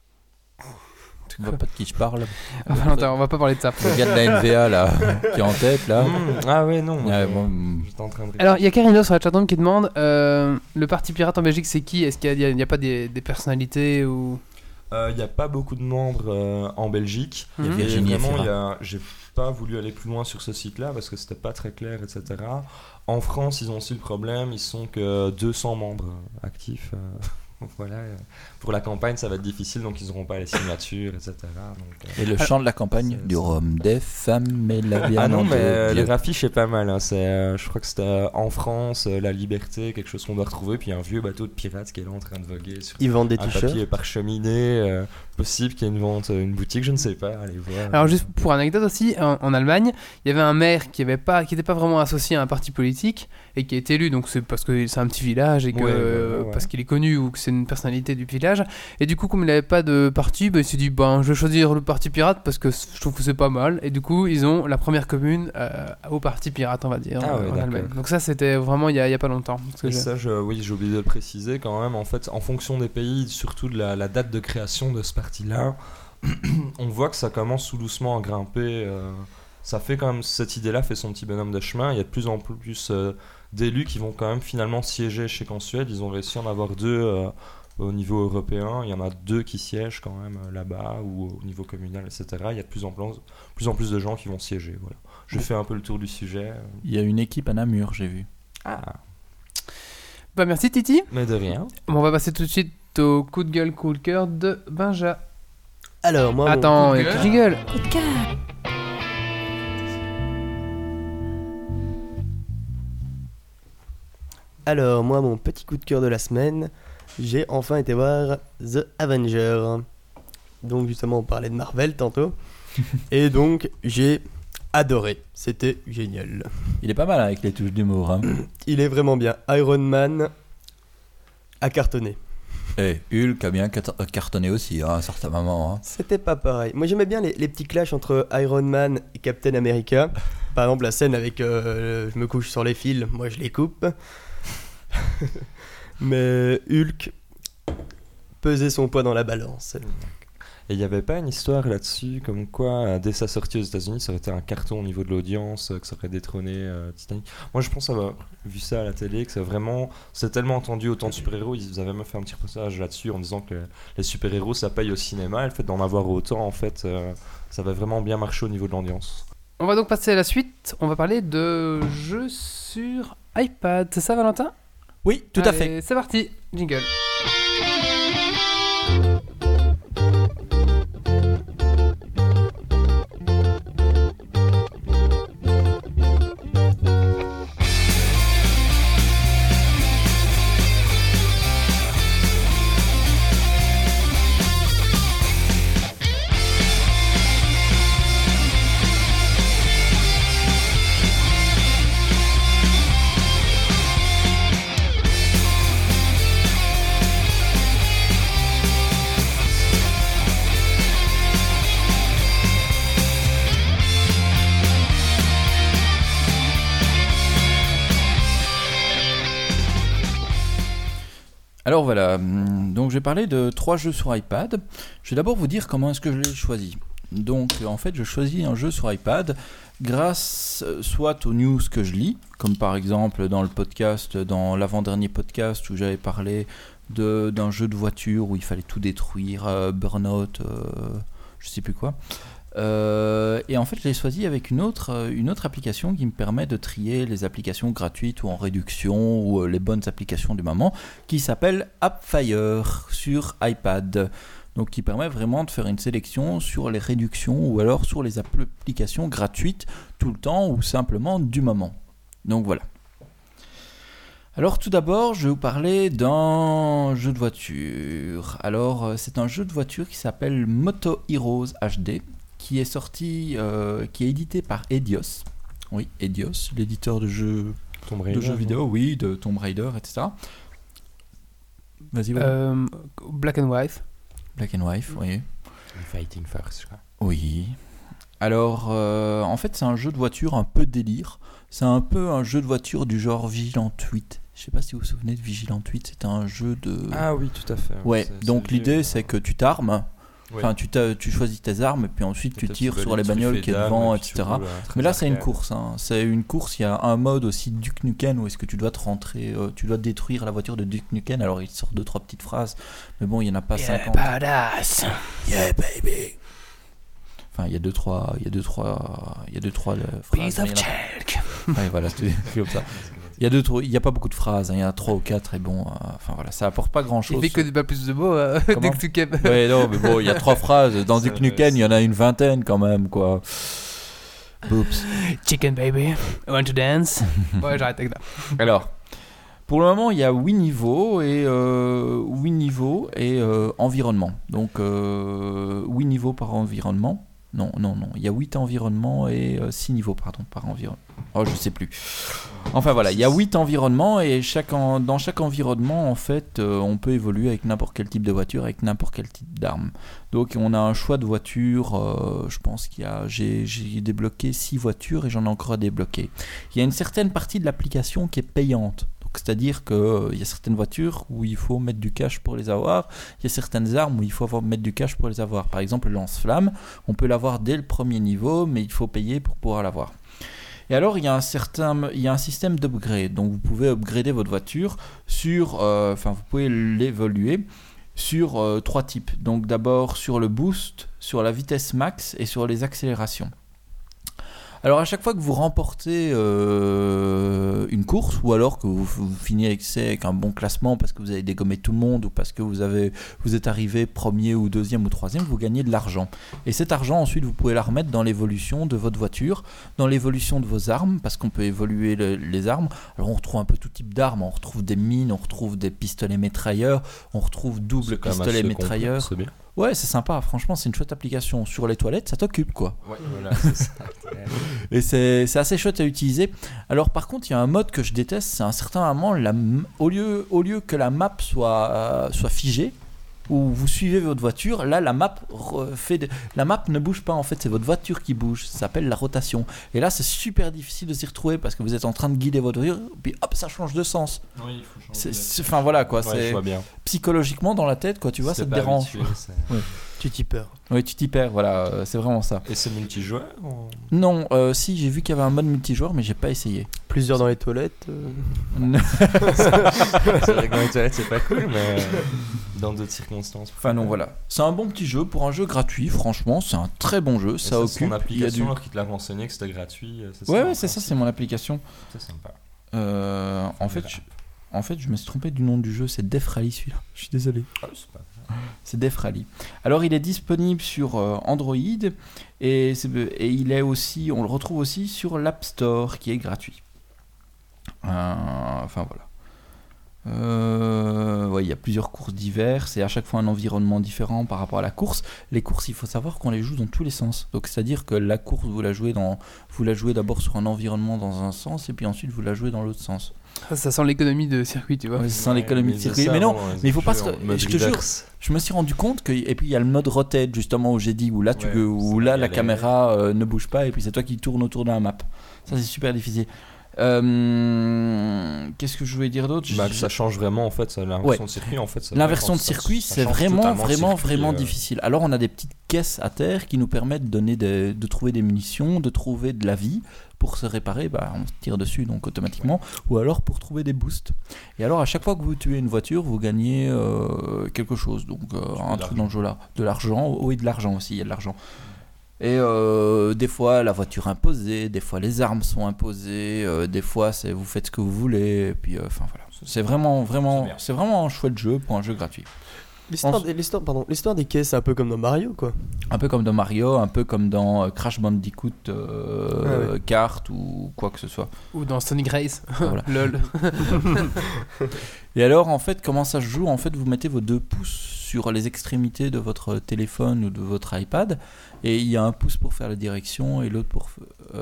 Je vois pas de qui je parle. Valentin, on va pas parler de ça. Le gars de la NVA là, qui est en tête là. Ah ouais, non. Ouais, bon, J'étais en train de... Alors, il y a Karino sur la chatroom qui demande le parti pirate en Belgique, c'est qui? Est-ce qu'il y a pas des personnalités ou... Il n'y a pas beaucoup de membres en Belgique. Il y a Mhm. Et Virginie vraiment, Efira. j'ai pas voulu aller plus loin sur ce site-là parce que c'était pas très clair, etc. En France, ils ont aussi le problème, ils sont que 200 membres actifs. Voilà. Pour la campagne, ça va être difficile, donc ils n'auront pas les signatures, etc. Donc, Et le chant de la campagne c'est- du rhum des femmes et la viande. Ah non, mais de les Dieu. affiches, c'est pas mal. Hein. Je crois que c'était en France, la liberté, quelque chose qu'on doit retrouver, puis un vieux bateau de pirates qui est là en train de voguer sur Ils vendent des un t-shirts. papier parcheminé. Possible qu'il y ait une boutique, je ne sais pas. Allez voir. Alors juste pour anecdote aussi, en Allemagne, il y avait un maire qui était pas vraiment associé à un parti politique et qui a été élu, donc c'est parce que c'est un petit village et que Ouais. parce qu'il est connu ou que c'est une personnalité du village. Et du coup, comme il n'avait pas de parti, il s'est dit je vais choisir le parti pirate parce que je trouve que c'est pas mal. Et du coup, ils ont la première commune au parti pirate, on va dire, Ah ouais, en d'accord. Allemagne. Donc ça, c'était vraiment il y a pas longtemps. Parce que Et ça, oui, j'ai oublié de le préciser quand même. En fait, en fonction des pays, surtout de la date de création de ce parti-là, on voit que ça commence tout doucement à grimper. Ça fait quand même, cette idée-là fait son petit bonhomme de chemin. Il y a de plus en plus d'élus qui vont quand même finalement siéger. Je sais qu'en Suède, ils ont réussi à en avoir 2 au niveau européen. Il y en a 2 qui siègent quand même là-bas ou au niveau communal, etc. Il y a de plus en plus de gens qui vont siéger. Voilà. Je fais un peu le tour du sujet. Il y a une équipe à Namur, j'ai vu. Ah, merci Titi. mais de rien. Bon, on va passer tout de suite au coup de gueule, coup de cœur de Benja. Alors, moi, mon Attends, coup de qui cœur- rigole. Coup de cœur. Alors, moi, mon petit coup de cœur de la semaine, j'ai enfin été voir The Avenger. Donc, justement, on parlait de Marvel tantôt. Et donc, j'ai adoré. C'était génial. Il est pas mal avec les touches d'humour. Hein. Il est vraiment bien. Iron Man a cartonné. Et Hulk a bien cartonné aussi à un certain moment. Hein. C'était pas pareil. Moi, j'aimais bien les petits clashs entre Iron Man et Captain America. Par exemple, la scène avec je me couche sur les fils, moi je les coupe. Mais Hulk pesait son poids dans la balance. Et il n'y avait pas une histoire là-dessus, comme quoi, dès sa sortie aux États-Unis, ça aurait été un carton au niveau de l'audience, que ça aurait détrôné Titanic. Moi, je pense avoir vu ça à la télé, que c'est tellement entendu autant de super-héros. Ils avaient même fait un petit reportage là-dessus en disant que les super-héros, ça paye au cinéma. Et le fait d'en avoir autant, en fait, ça va vraiment bien marcher au niveau de l'audience. On va donc passer à la suite. On va parler de jeux sur iPad. C'est ça, Valentin ? Oui, tout à fait. C'est parti. Jingle. Alors voilà, donc je vais parler de 3 jeux sur iPad. Je vais d'abord vous dire comment est-ce que je les choisis. Donc en fait je choisis un jeu sur iPad grâce soit aux news que je lis, comme par exemple dans le podcast, dans l'avant-dernier podcast où j'avais parlé d'un jeu de voiture où il fallait tout détruire, Burnout, je sais plus quoi. Et en fait je l'ai choisi avec une autre application qui me permet de trier les applications gratuites ou en réduction ou les bonnes applications du moment, qui s'appelle AppFire sur iPad, donc qui permet vraiment de faire une sélection sur les réductions ou alors sur les applications gratuites tout le temps ou simplement du moment. Donc voilà. Alors tout d'abord, je vais vous parler d'un jeu de voiture. Alors c'est un jeu de voiture qui s'appelle Moto Heroes HD, qui est sorti, qui est édité par Eidos. Oui, Eidos, l'éditeur de jeux vidéo, oui, de Tomb Raider, etc. Vas-y, Black and White. Black and White, oui. Fighting First, je crois. Oui. Alors, en fait, c'est un jeu de voiture un peu délire. C'est un peu un jeu de voiture du genre Vigilant 8. Je sais pas si vous vous souvenez de Vigilant 8, c'était un jeu de... Ah oui, tout à fait. Ouais, donc l'idée, c'est que tu t'armes. Enfin, tu choisis tes armes et puis ensuite tu tires sur les bagnoles qui est devant, etc. Mais là, c'est une course. Hein. C'est une course. Il y a un mode aussi Duke Nukem où est-ce que tu dois te rentrer, tu dois détruire la voiture de Duke Nukem. Alors, il sort 2-3 petites phrases, mais bon, il y en a pas 50. Badass. Yeah, baby. Enfin, il y a 2-3 phrases. Piece of cake. Ouais, voilà, c'est comme ça. Il y a pas beaucoup de phrases, hein. Il y en a 3 ou 4 et bon, enfin voilà, ça apporte pas grand chose. Il fait que des pas plus de mots, Duke Nukem. Ouais, non, mais bon, il y a 3 phrases. Dans Duke Nukem, il y en a une vingtaine quand même, quoi. Oops. Chicken baby, I want to dance. Ouais, j'arrête avec ça. Alors, pour le moment, il y a 8 niveaux et environnement. Donc, 8 niveaux par environnement. Non, il y a 8 environnements et 6 niveaux, par environnement. Oh, je sais plus. Enfin voilà, il y a 8 environnements et dans chaque environnement, en fait, on peut évoluer avec n'importe quel type de voiture, avec n'importe quel type d'arme. Donc on a un choix de voiture, je pense j'ai débloqué 6 voitures et j'en ai encore à débloquer. Il y a une certaine partie de l'application qui est payante. C'est-à-dire qu'il y a certaines voitures où il faut mettre du cash pour les avoir, il y a certaines armes où il faut mettre du cash pour les avoir. Par exemple, le lance-flamme, on peut l'avoir dès le premier niveau, mais il faut payer pour pouvoir l'avoir. Et alors, il y a un système d'upgrade. Donc, vous pouvez upgrader votre voiture vous pouvez l'évoluer sur 3 types. Donc, d'abord sur le boost, sur la vitesse max et sur les accélérations. Alors à chaque fois que vous remportez une course ou alors que vous finissez avec un bon classement parce que vous avez dégommé tout le monde ou parce que vous êtes arrivé premier ou deuxième ou troisième, vous gagnez de l'argent. Et cet argent ensuite vous pouvez la remettre dans l'évolution de votre voiture, dans l'évolution de vos armes parce qu'on peut évoluer les armes. Alors on retrouve un peu tout type d'armes, on retrouve des mines, on retrouve des pistolets métrailleurs, on retrouve double pistolet métrailleur. C'est bien. Ouais, c'est sympa, franchement c'est une chouette application. Sur les toilettes, ça t'occupe quoi. Ouais, voilà, c'est ça. Et c'est assez chouette à utiliser. Alors par contre, il y a un mode que je déteste, c'est à un certain moment, au lieu que la map soit figée, où vous suivez votre voiture, là la map la map ne bouge pas en fait, c'est votre voiture qui bouge, ça s'appelle la rotation. Et là c'est super difficile de s'y retrouver parce que vous êtes en train de guider votre voiture, puis hop ça change de sens. Oui, il faut changer. Enfin voilà quoi, Ouais, je vois bien. psychologiquement dans la tête quoi, tu vois, ça te pas dérange. habitué, c'est- Tu t'y perds. Oui, tu t'y perds, voilà, c'est vraiment ça. Et c'est multijoueur ou- Non, si j'ai vu qu'il y avait un mode multijoueur, mais j'ai pas essayé. Plusieurs dans les toilettes. C'est vrai que dans les toilettes, c'est pas cool, mais dans d'autres circonstances. Enfin non, voilà. C'est un bon petit jeu pour un jeu gratuit. Franchement, c'est un très bon jeu. Et Ça c'est occupe. son Il y a application du. alors qu'il te l'a renseigné que c'était gratuit. Ouais, c'est ça, c'est mon application. C'est sympa. En fait, je me suis trompé du nom du jeu. C'est Def Rally celui-là. Je suis désolé. Ah, c'est pas... C'est Def Rally. Alors, il est disponible sur Android et il est aussi, on le retrouve aussi sur l'App Store qui est gratuit. Enfin voilà. Ouais, il y a plusieurs courses diverses et à chaque fois un environnement différent par rapport à la course. Les courses, il faut savoir qu'on les joue dans tous les sens. Donc c'est-à-dire que la course, vous la jouez d'abord sur un environnement dans un sens et puis ensuite vous la jouez dans l'autre sens. Ça sent l'économie de circuit, tu vois. Ouais, c'est l'économie de circuit. Mais non, mais il faut pas je te jure, je me suis rendu compte que et puis il y a le mode rotate justement où j'ai dit où là la caméra ne bouge pas et puis c'est toi qui tourne autour de la map. Ça c'est super difficile. Qu'est-ce que je voulais dire d'autre? Ça change vraiment en fait, ça, l'inversion de circuit en fait. L'inversion de circuit, c'est vraiment difficile. Alors on a des petites caisses à terre qui nous permettent de trouver des munitions, de trouver de la vie. Pour se réparer, on tire dessus donc automatiquement, ou alors pour trouver des boosts. Et alors à chaque fois que vous tuez une voiture, vous gagnez quelque chose, donc un truc dans le jeu là, de l'argent, oui de l'argent aussi, il y a de l'argent. Et des fois la voiture imposée, des fois les armes sont imposées, des fois vous faites ce que vous voulez, et puis enfin voilà, c'est vraiment un chouette jeu pour un jeu gratuit. L'histoire des caisses, c'est un peu comme dans Mario, quoi. Un peu comme dans Mario, un peu comme dans Crash Bandicoot, Kart ou quoi que ce soit. Ou dans Sonic Race. Voilà. Lol. Et alors, en fait, comment ça se joue? En fait, vous mettez vos 2 pouces sur les extrémités de votre téléphone ou de votre iPad, et il y a un pouce pour faire la direction et l'autre pour...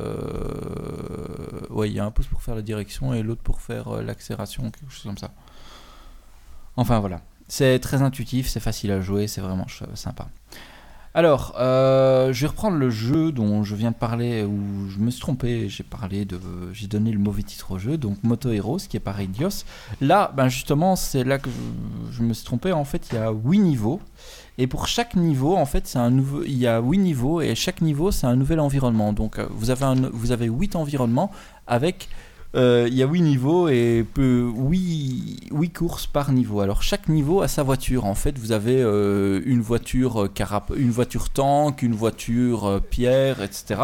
il y a un pouce pour faire la direction et l'autre pour faire l'accélération, quelque chose comme ça. Enfin, voilà. C'est très intuitif, c'est facile à jouer, c'est vraiment sympa. Alors, je vais reprendre le jeu dont je viens de parler, où je me suis trompé, j'ai donné le mauvais titre au jeu, donc Moto Heroes, qui est par Eidos. Là, justement, c'est là que je me suis trompé, en fait, il y a 8 niveaux, et pour chaque niveau, en fait, il y a 8 niveaux, et chaque niveau, c'est un nouvel environnement. Donc, vous avez 8 environnements avec... il y a 8 niveaux et 8 courses par niveau. Alors chaque niveau a sa voiture. En fait, vous avez une voiture une voiture tank, une voiture pierre, etc.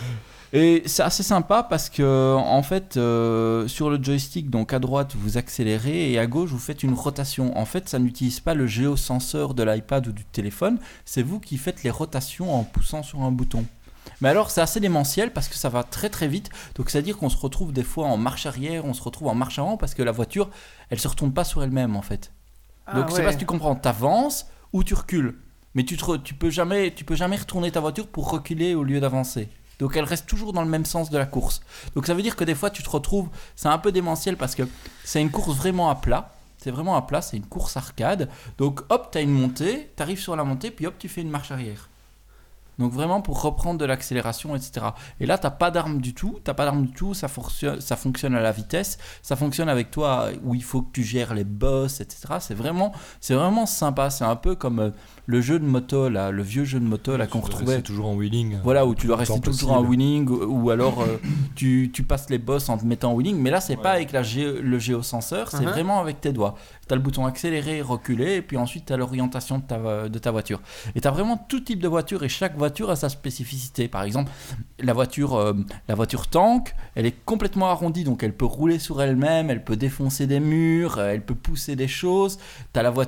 Et c'est assez sympa parce que en fait, sur le joystick, donc à droite vous accélérez et à gauche vous faites une rotation. En fait, ça n'utilise pas le géosenseur de l'iPad ou du téléphone. C'est vous qui faites les rotations en poussant sur un bouton. Mais alors c'est assez démentiel parce que ça va très très vite, donc c'est à dire qu'on se retrouve des fois en marche arrière, on se retrouve en marche avant parce que la voiture elle se retourne pas sur elle-même en fait. Donc c'est pas si tu comprends, t'avances ou tu recules, mais tu peux jamais retourner ta voiture pour reculer au lieu d'avancer. Donc elle reste toujours dans le même sens de la course. Donc ça veut dire que des fois tu te retrouves, c'est un peu démentiel parce que c'est une course vraiment à plat. C'est vraiment à plat, c'est une course arcade. Donc hop, t'as une montée, t'arrives sur la montée, puis hop, tu fais une marche arrière. Donc vraiment pour reprendre de l'accélération, etc. Et là, t'as pas d'arme du tout, ça fonctionne à la vitesse, ça fonctionne avec toi où il faut que tu gères les boss, etc. C'est vraiment sympa, c'est un peu comme le jeu de moto, là, le vieux jeu de moto là, qu'on retrouvait. C'est toujours en wheeling. Voilà, où tu dois rester toujours en wheeling, ou alors tu passes les boss en te mettant en wheeling, mais là, c'est pas avec le géosenseur, c'est vraiment avec tes doigts. Tu as le bouton accélérer, reculer, et puis ensuite tu as l'orientation de ta voiture. Et tu as vraiment tout type de voiture, et chaque voiture a sa spécificité. Par exemple, la voiture tank, elle est complètement arrondie, donc elle peut rouler sur elle-même, elle peut défoncer des murs, elle peut pousser des choses. Tu as la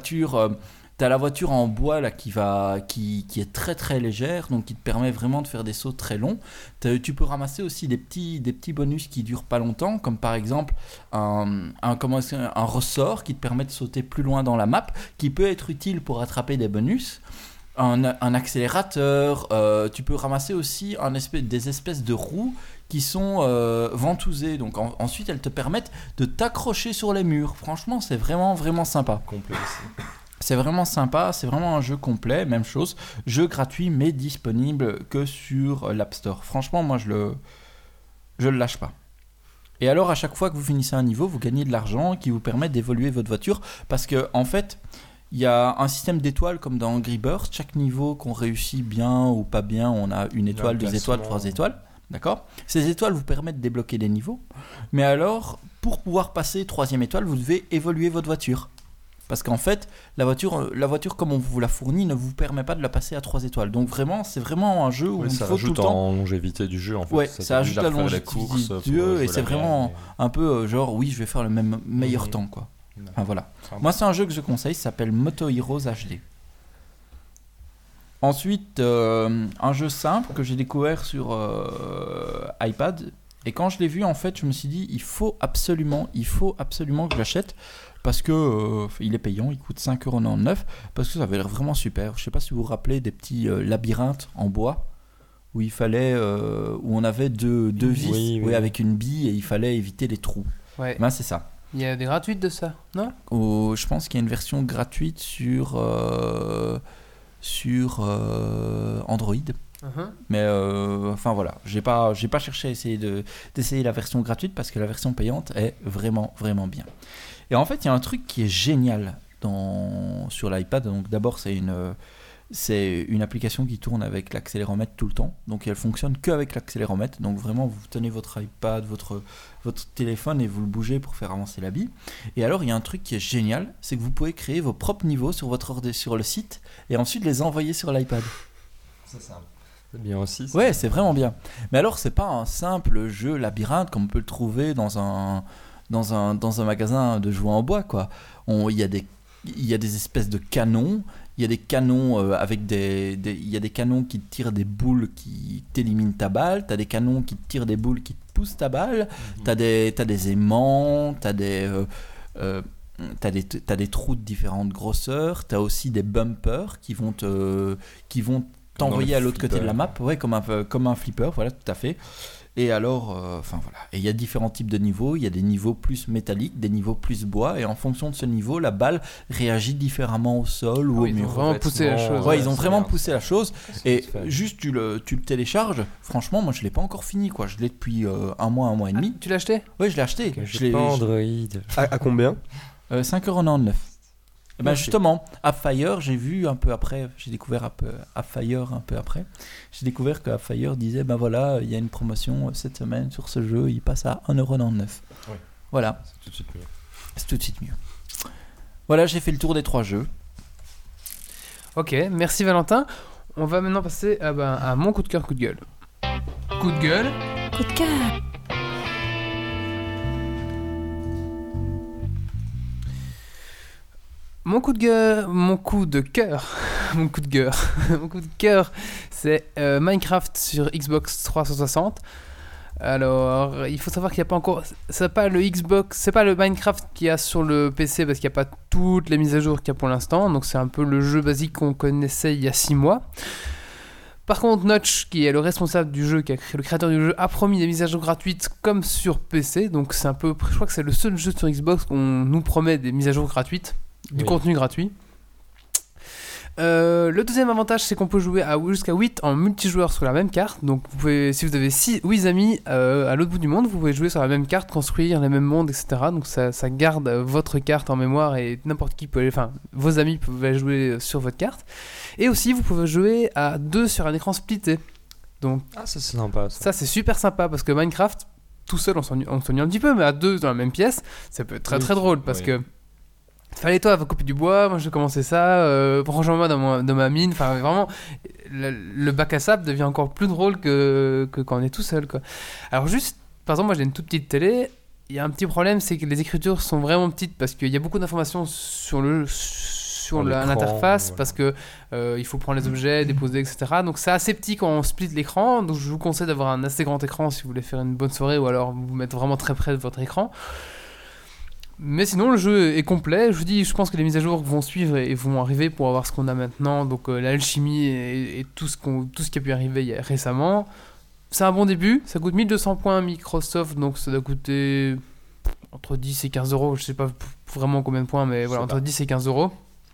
voiture en bois là, qui est très très légère, donc qui te permet vraiment de faire des sauts très longs. Tu peux ramasser aussi des petits bonus qui durent pas longtemps, comme par exemple un ressort qui te permet de sauter plus loin dans la map, qui peut être utile pour attraper des bonus. Un accélérateur, tu peux ramasser aussi des espèces de roues qui sont ventousées, donc ensuite elles te permettent de t'accrocher sur les murs. Franchement, c'est vraiment vraiment sympa. Complet aussi. C'est vraiment sympa, c'est vraiment un jeu complet, même chose. Jeu gratuit, mais disponible que sur l'App Store. Franchement, moi, je le lâche pas. Et alors, à chaque fois que vous finissez un niveau, vous gagnez de l'argent qui vous permet d'évoluer votre voiture. Parce que, en fait, il y a un système d'étoiles comme dans Angry Birds. Chaque niveau qu'on réussit bien ou pas bien, on a une étoile, 2 étoiles, 3 étoiles. D'accord ? Ces étoiles vous permettent de débloquer des niveaux. Mais alors, pour pouvoir passer 3e étoile, vous devez évoluer votre voiture. Parce qu'en fait, la voiture comme on vous la fournit ne vous permet pas de la passer à 3 étoiles. Donc vraiment, c'est vraiment un jeu où il faut tout le temps... en longévité du jeu en fait. Ouais, ça ajoute la longévité du jeu et c'est vraiment un peu genre oui, je vais faire le meilleur temps quoi. Enfin voilà. Moi, c'est un jeu que je conseille, ça s'appelle Moto Heroes HD. Ensuite, un jeu simple que j'ai découvert sur iPad. Et quand je l'ai vu, en fait, je me suis dit, il faut absolument que je l'achète. Parce que il est payant, il coûte 5,99€. Parce que ça avait l'air vraiment super. Je sais pas si vous vous rappelez des petits labyrinthes en bois. Où il fallait, où on avait deux vis oui. Avec une bille et il fallait éviter les trous. Ouais. Ben, c'est ça. Il y a des gratuites de ça, non ? Je pense qu'il y a une version gratuite sur Android. Mais enfin voilà, j'ai pas cherché à essayer d'essayer la version gratuite parce que la version payante est vraiment vraiment bien. Et en fait, il y a un truc qui est génial sur l'iPad. Donc d'abord, c'est une application qui tourne avec l'accéléromètre tout le temps. Donc elle fonctionne qu'avec l'accéléromètre. Donc vraiment, vous tenez votre iPad, votre téléphone et vous le bougez pour faire avancer la bille. Et alors, il y a un truc qui est génial, c'est que vous pouvez créer vos propres niveaux sur le site et ensuite les envoyer sur l'iPad. C'est bien aussi. Ça. Ouais, c'est vraiment bien. Mais alors, c'est pas un simple jeu labyrinthe comme on peut le trouver dans un magasin de jouets en bois, quoi. Il y a des espèces de canons. Il y a des canons il y a des canons qui tirent des boules qui t'éliminent ta balle. T'as des canons qui tirent des boules qui te poussent ta balle. T'as des aimants. T'as des trous de différentes grosseurs. T'as aussi des bumpers qui vont t'envoyer à l'autre côté de la map, ouais, comme un flipper, voilà, tout à fait. Et alors, enfin voilà. Et il y a différents types de niveaux. Il y a des niveaux plus métalliques, des niveaux plus bois, et en fonction de ce niveau, la balle réagit différemment au sol ou au mur. Ils ont vraiment poussé la chose. Ouais, ils ont vraiment poussé la chose. Et juste, tu le télécharges. Franchement, moi, je l'ai pas encore fini, quoi. Je l'ai depuis un mois et demi. Tu l'as acheté ? Ouais, je l'ai acheté. Je l'ai pas Android. À combien ? 5,99€. Et ben justement, Appfire, j'ai vu un peu après, j'ai découvert Appfire un peu après. J'ai découvert que Appfire disait ben voilà, il y a une promotion cette semaine sur ce jeu, il passe à 1,99€. Oui. Voilà. C'est tout de suite mieux. C'est tout de suite mieux. Voilà, j'ai fait le tour des 3 jeux. Ok, merci Valentin. On va maintenant passer à mon coup de cœur, coup de gueule. Coup de gueule. Coup de cœur. Mon coup de cœur, c'est Minecraft sur Xbox 360. Alors, il faut savoir qu'il n'y a pas encore, c'est pas le Minecraft qu'il y a sur le PC parce qu'il n'y a pas toutes les mises à jour qu'il y a pour l'instant. Donc c'est un peu le jeu basique qu'on connaissait il y a 6 mois. Par contre, Notch, qui est le responsable du jeu, le créateur du jeu, a promis des mises à jour gratuites comme sur PC. Donc c'est un peu, je crois que c'est le seul jeu sur Xbox qu'on nous promet des mises à jour gratuites. Du contenu gratuit. Le deuxième avantage, c'est qu'on peut jouer jusqu'à 8 en multijoueur sur la même carte. Donc vous pouvez, si vous avez 8 amis à l'autre bout du monde, vous pouvez jouer sur la même carte, construire les mêmes mondes, etc. Donc ça garde votre carte en mémoire et n'importe qui peut aller, enfin vos amis peuvent aller jouer sur votre carte. Et aussi vous pouvez jouer à 2 sur un écran splitté. Donc ça c'est sympa. Ça c'est super sympa parce que Minecraft, tout seul on s'ennuie un petit peu, mais à 2 dans la même pièce, ça peut être très très drôle parce que fallait toi, va couper du bois, moi je vais commencer ça, rejoins-moi dans ma mine, enfin vraiment, le bac à sable devient encore plus drôle que quand on est tout seul, quoi. Alors juste, par exemple, moi j'ai une toute petite télé, il y a un petit problème, c'est que les écritures sont vraiment petites parce qu'il y a beaucoup d'informations sur l'interface, voilà. Parce que il faut prendre les objets, déposer, etc. Donc c'est assez petit quand on split l'écran, donc je vous conseille d'avoir un assez grand écran si vous voulez faire une bonne soirée ou alors vous mettre vraiment très près de votre écran. Mais sinon, le jeu est complet. Je vous dis, je pense que les mises à jour vont suivre et vont arriver pour avoir ce qu'on a maintenant. Donc l'alchimie et tout ce qui a pu arriver récemment. C'est un bon début. Ça coûte 1200 points Microsoft, donc ça doit coûter entre 10 et 15 euros. Je sais pas vraiment combien de points, mais voilà, entre 10 et 15 euros.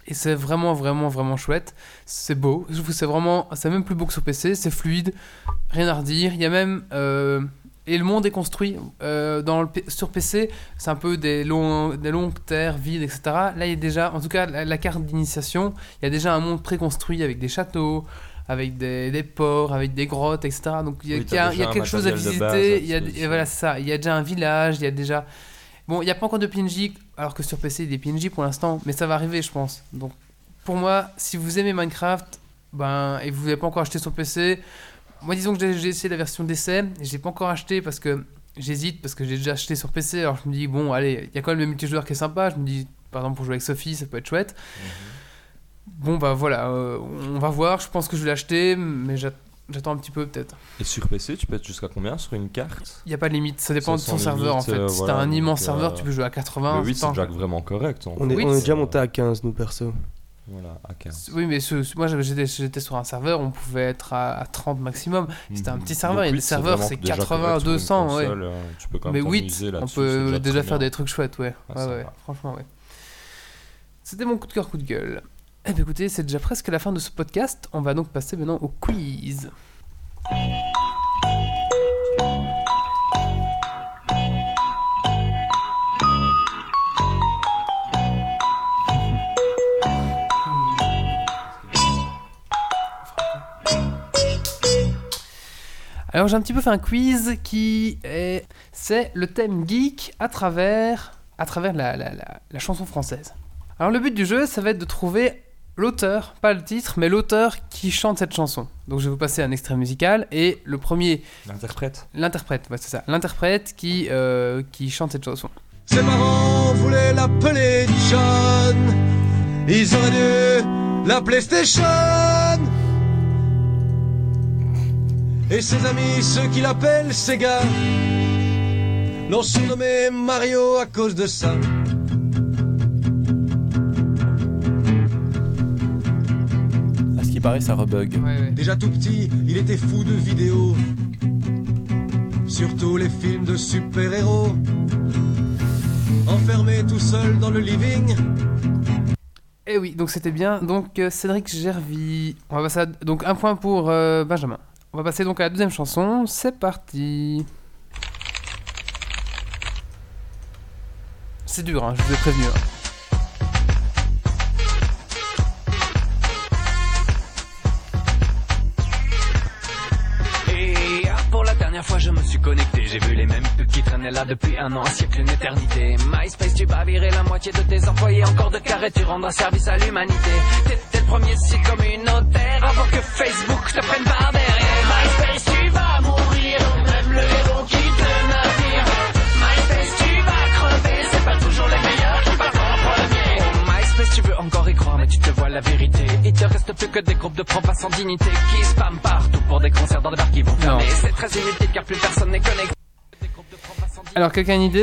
Et c'est vraiment, vraiment, vraiment chouette. C'est beau. Je trouve que c'est même plus beau que sur PC. C'est fluide. Rien à redire. Il y a même... et le monde est construit. Sur PC, c'est un peu des longues terres vides, etc. Là, il y a déjà... En tout cas, la carte d'initiation, il y a déjà un monde préconstruit avec des châteaux, avec des ports, avec des grottes, etc. Donc, il y a quelque chose à visiter. Et voilà, c'est ça. Il y a déjà un village. Il y a déjà... Bon, il n'y a pas encore de PNJ, alors que sur PC, il y a des PNJ pour l'instant, mais ça va arriver, je pense. Donc, pour moi, si vous aimez Minecraft, et vous n'avez pas encore acheté sur PC, moi, disons que j'ai essayé la version d'essai, et je l'ai pas encore acheté parce que j'hésite, parce que j'ai déjà acheté sur PC, alors je me dis, bon, allez, il y a quand même le multijoueur qui est sympa, je me dis, par exemple, pour jouer avec Sophie, ça peut être chouette. Bon, voilà, on va voir, je pense que je vais l'acheter, mais j'attends un petit peu peut-être. Et sur PC, tu peux être jusqu'à combien sur une carte ? Il n'y a pas de limite, ça dépend de ton serveur en fait. Si t'as un immense serveur, tu peux jouer à 80. Mais 8, c'est déjà vraiment correct. On est déjà monté à 15, nous perso. Voilà, à 15. Oui, mais moi j'étais sur un serveur, on pouvait être à 30 maximum. C'était un petit serveur, et les serveurs c'est 80, 200. Console, ouais. Tu peux quand mais même 8, on peut déjà faire des trucs chouettes, ouais. Ouais. Franchement, ouais. C'était mon coup de cœur, coup de gueule. Eh bien écoutez, c'est déjà presque la fin de ce podcast. On va donc passer maintenant au quiz. Alors j'ai un petit peu fait un quiz c'est le thème geek à travers la chanson française. Alors le but du jeu, ça va être de trouver l'auteur, pas le titre, mais l'auteur qui chante cette chanson. Donc je vais vous passer un extrait musical et le premier... L'interprète, ouais, c'est ça. L'interprète qui chante cette chanson. Ses parents voulaient l'appeler John. Ils auraient dû l'appeler Station. Et ses amis, ceux qui l'appellent Sega, l'ont surnommé Mario à cause de ça. À ce qui paraît, ça rebug. Ouais. Déjà tout petit, il était fou de vidéos, surtout les films de super-héros. Enfermé tout seul dans le living. Et oui, donc c'était bien. Donc Cédric Gervy. On va passer donc un point pour Benjamin. On va passer donc à la deuxième chanson. C'est parti. C'est dur, hein, je vous ai prévenu. Et pour la dernière fois je me suis connecté, j'ai vu les mêmes pubs qui traînaient là depuis un an, un siècle, une éternité. MySpace, tu vas virer la moitié de tes employés, encore de carré, tu rendras service à l'humanité. T'es le premier site communautaire avant que Facebook te prenne par derrière. MySpace, tu vas mourir, même le héros quitte le navire. MySpace, tu vas crever, c'est pas toujours les meilleurs qui partent en premier. Oh, MySpace, tu veux encore y croire, mais tu te vois la vérité. Il te reste plus que des groupes de profs sans dignité qui spamment partout pour des concerts dans des bars qui vont fermer. C'est très inutile car plus personne n'est connecté. Alors, quelqu'un a une idée ?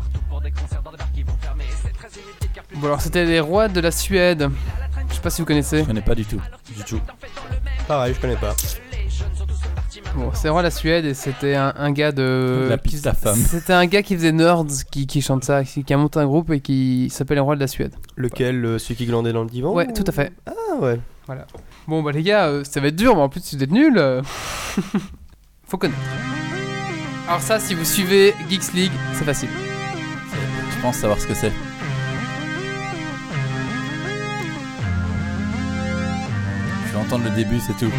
Bon, alors c'était les rois de la Suède. Je sais pas si vous connaissez. Je connais pas du tout. Pareil, je connais pas. Bon, c'est les rois de la Suède et c'était un gars de... La piste à femme. C'était un gars qui faisait Nerds, qui chante ça, qui a monté un groupe et qui s'appelle les rois de la Suède. Lequel, celui qui glandait dans le divan ? Ouais, tout à fait. Ah ouais. Voilà. Bon bah les gars, ça va être dur, mais en plus si vous êtes nuls, faut connaître. Alors ça, si vous suivez Geeks League, c'est facile. Je pense savoir ce que c'est. Je vais entendre le début, c'est tout.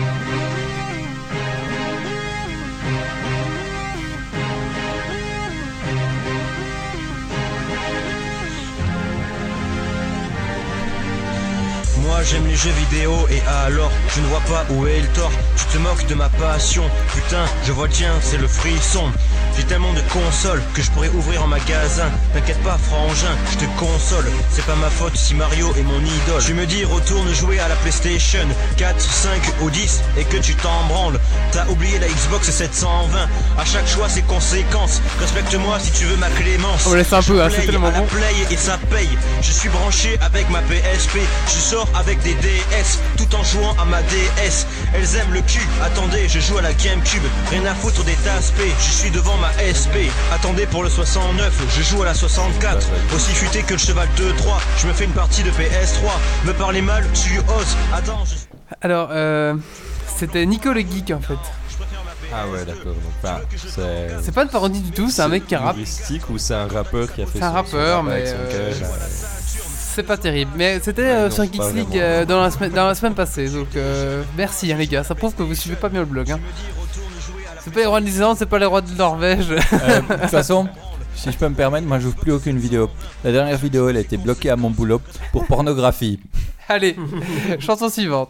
Moi j'aime les jeux vidéo et alors je ne vois pas où est le tort. Tu te moques de ma passion, putain je vois le tien, c'est le frisson. J'ai tellement de consoles que je pourrais ouvrir en magasin. T'inquiète pas frangin, je te console. C'est pas ma faute si Mario est mon idole. Tu me dis retourne jouer à la PlayStation 4, 5 ou 10 et que tu t'en branles. T'as oublié la Xbox 720. À chaque choix ses conséquences. Respecte-moi si tu veux ma clémence. On laisse un peu, hein, c'est tellement bon. Play et ça paye. Je suis branché avec ma PSP. Je sors avec avec des DS, tout en jouant à ma DS. Elles aiment le cul, attendez, je joue à la Gamecube. Rien à foutre des taspés, je suis devant ma SP. Attendez pour le 69, je joue à la 64. Aussi futé que le cheval 2-3, je me fais une partie de PS3. Me parler mal, tu oses. Attends, Alors, c'était Nico le Geek en fait. Ah ouais, d'accord. Donc, C'est pas une parodie du tout, c'est un mec qui rappe. humoristique ou c'est un rappeur qui a fait C'est un rappeur, rap mais avec son cage, c'est pas terrible. Mais c'était Ouais, sur non, Geeks pas League vraiment. dans la semaine passée. Donc merci hein, les gars, ça prouve que vous suivez pas bien le blog. Hein. C'est pas les rois de l'Islande, c'est pas les rois de Norvège. De toute façon, si je peux me permettre, moi j'ouvre plus aucune vidéo. La dernière vidéo, elle a été bloquée à mon boulot pour pornographie. Allez, chanson suivante.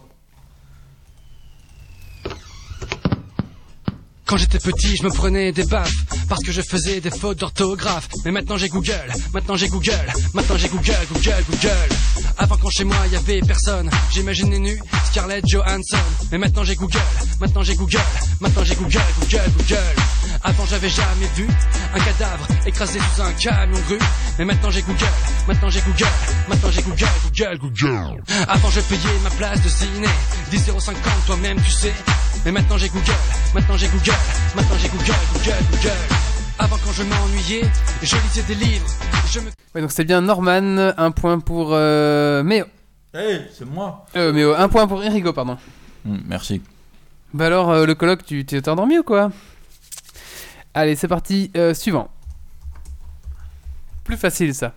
Quand j'étais petit, je me prenais des baffes parce que je faisais des fautes d'orthographe. Mais maintenant j'ai Google, maintenant j'ai Google, maintenant j'ai Google. Avant quand chez moi y avait personne, j'imaginais nu Scarlett Johansson. Mais maintenant j'ai Google, maintenant j'ai Google, maintenant j'ai Google. Avant j'avais jamais vu un cadavre écrasé sous un camion grue. Mais maintenant j'ai Google, maintenant j'ai Google, maintenant j'ai Google. Avant je payais ma place de ciné 10,50€, toi-même tu sais. Mais maintenant j'ai Google, maintenant j'ai Google, maintenant j'ai Google. Avant quand je m'ennuyais, je lisais des livres. Ouais, donc c'est bien Norman, un point pour Méo. Hey, c'est moi. Méo, un point pour Erigo, pardon. Merci. Bah alors, le colloque, tu t'es endormi ou quoi? Allez, c'est parti, suivant. Plus facile ça.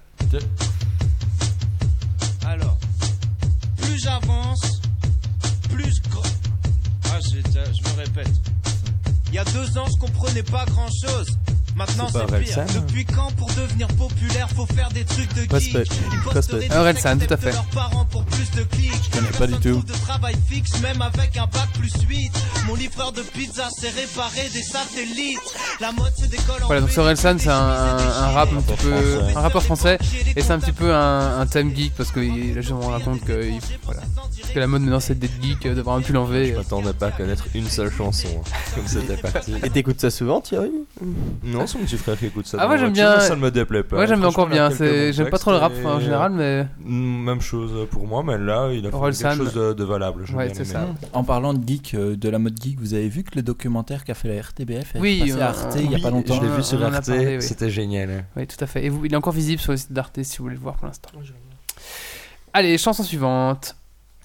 Alors, plus j'avance, plus je me répète. Il y a 2 ans, je comprenais pas grand chose. Maintenant C'est c'est pas pire. Orelsan. Depuis quand pour devenir populaire faut faire des trucs de geek? Respect. Ils postent Respect. des Orelsan, directs tout à fait. de leurs parents pour plus de clics. Je connais pas du tout. De travail fixe même avec un bac plus 8. Mon livreur de pizza sait réparer des satellites. La mode se décolle en Voilà, donc V. Orelsan, c'est un rap un petit peu, français. un rappeur français, et c'est un petit peu un thème geek parce que les gens racontent que, voilà, que la mode maintenant c'est d'être geek, d'avoir un pull en V. Je m'attendais pas à connaître une seule chanson, hein, comme c'était parti. Et t'écoutes ça souvent, Thierry? Non, c'est mon petit frère qui écoute ça. Ah, moi, dans la j'aime voiture, bien- Ça ne me déplaît pas. Ouais, j'aime Franchement, encore bien. il y a quelques J'aime bons pas trop le rap textes en et- général, mais Même chose pour moi, mais là, il a fait Orelsan. quelque chose de valable. j'ai Ouais, bien c'est aimé. ça. En parlant de geek, de la mode geek, vous avez vu que le documentaire qu'a fait la RTBF est Oui, passé à Arte il y a Oui, pas longtemps. Je l'ai vu sur on en a Arte, parlé, oui. c'était génial. hein. oui, tout à fait. Et il est encore visible sur le site d'Arte si vous voulez le voir pour l'instant. Allez, chanson suivante.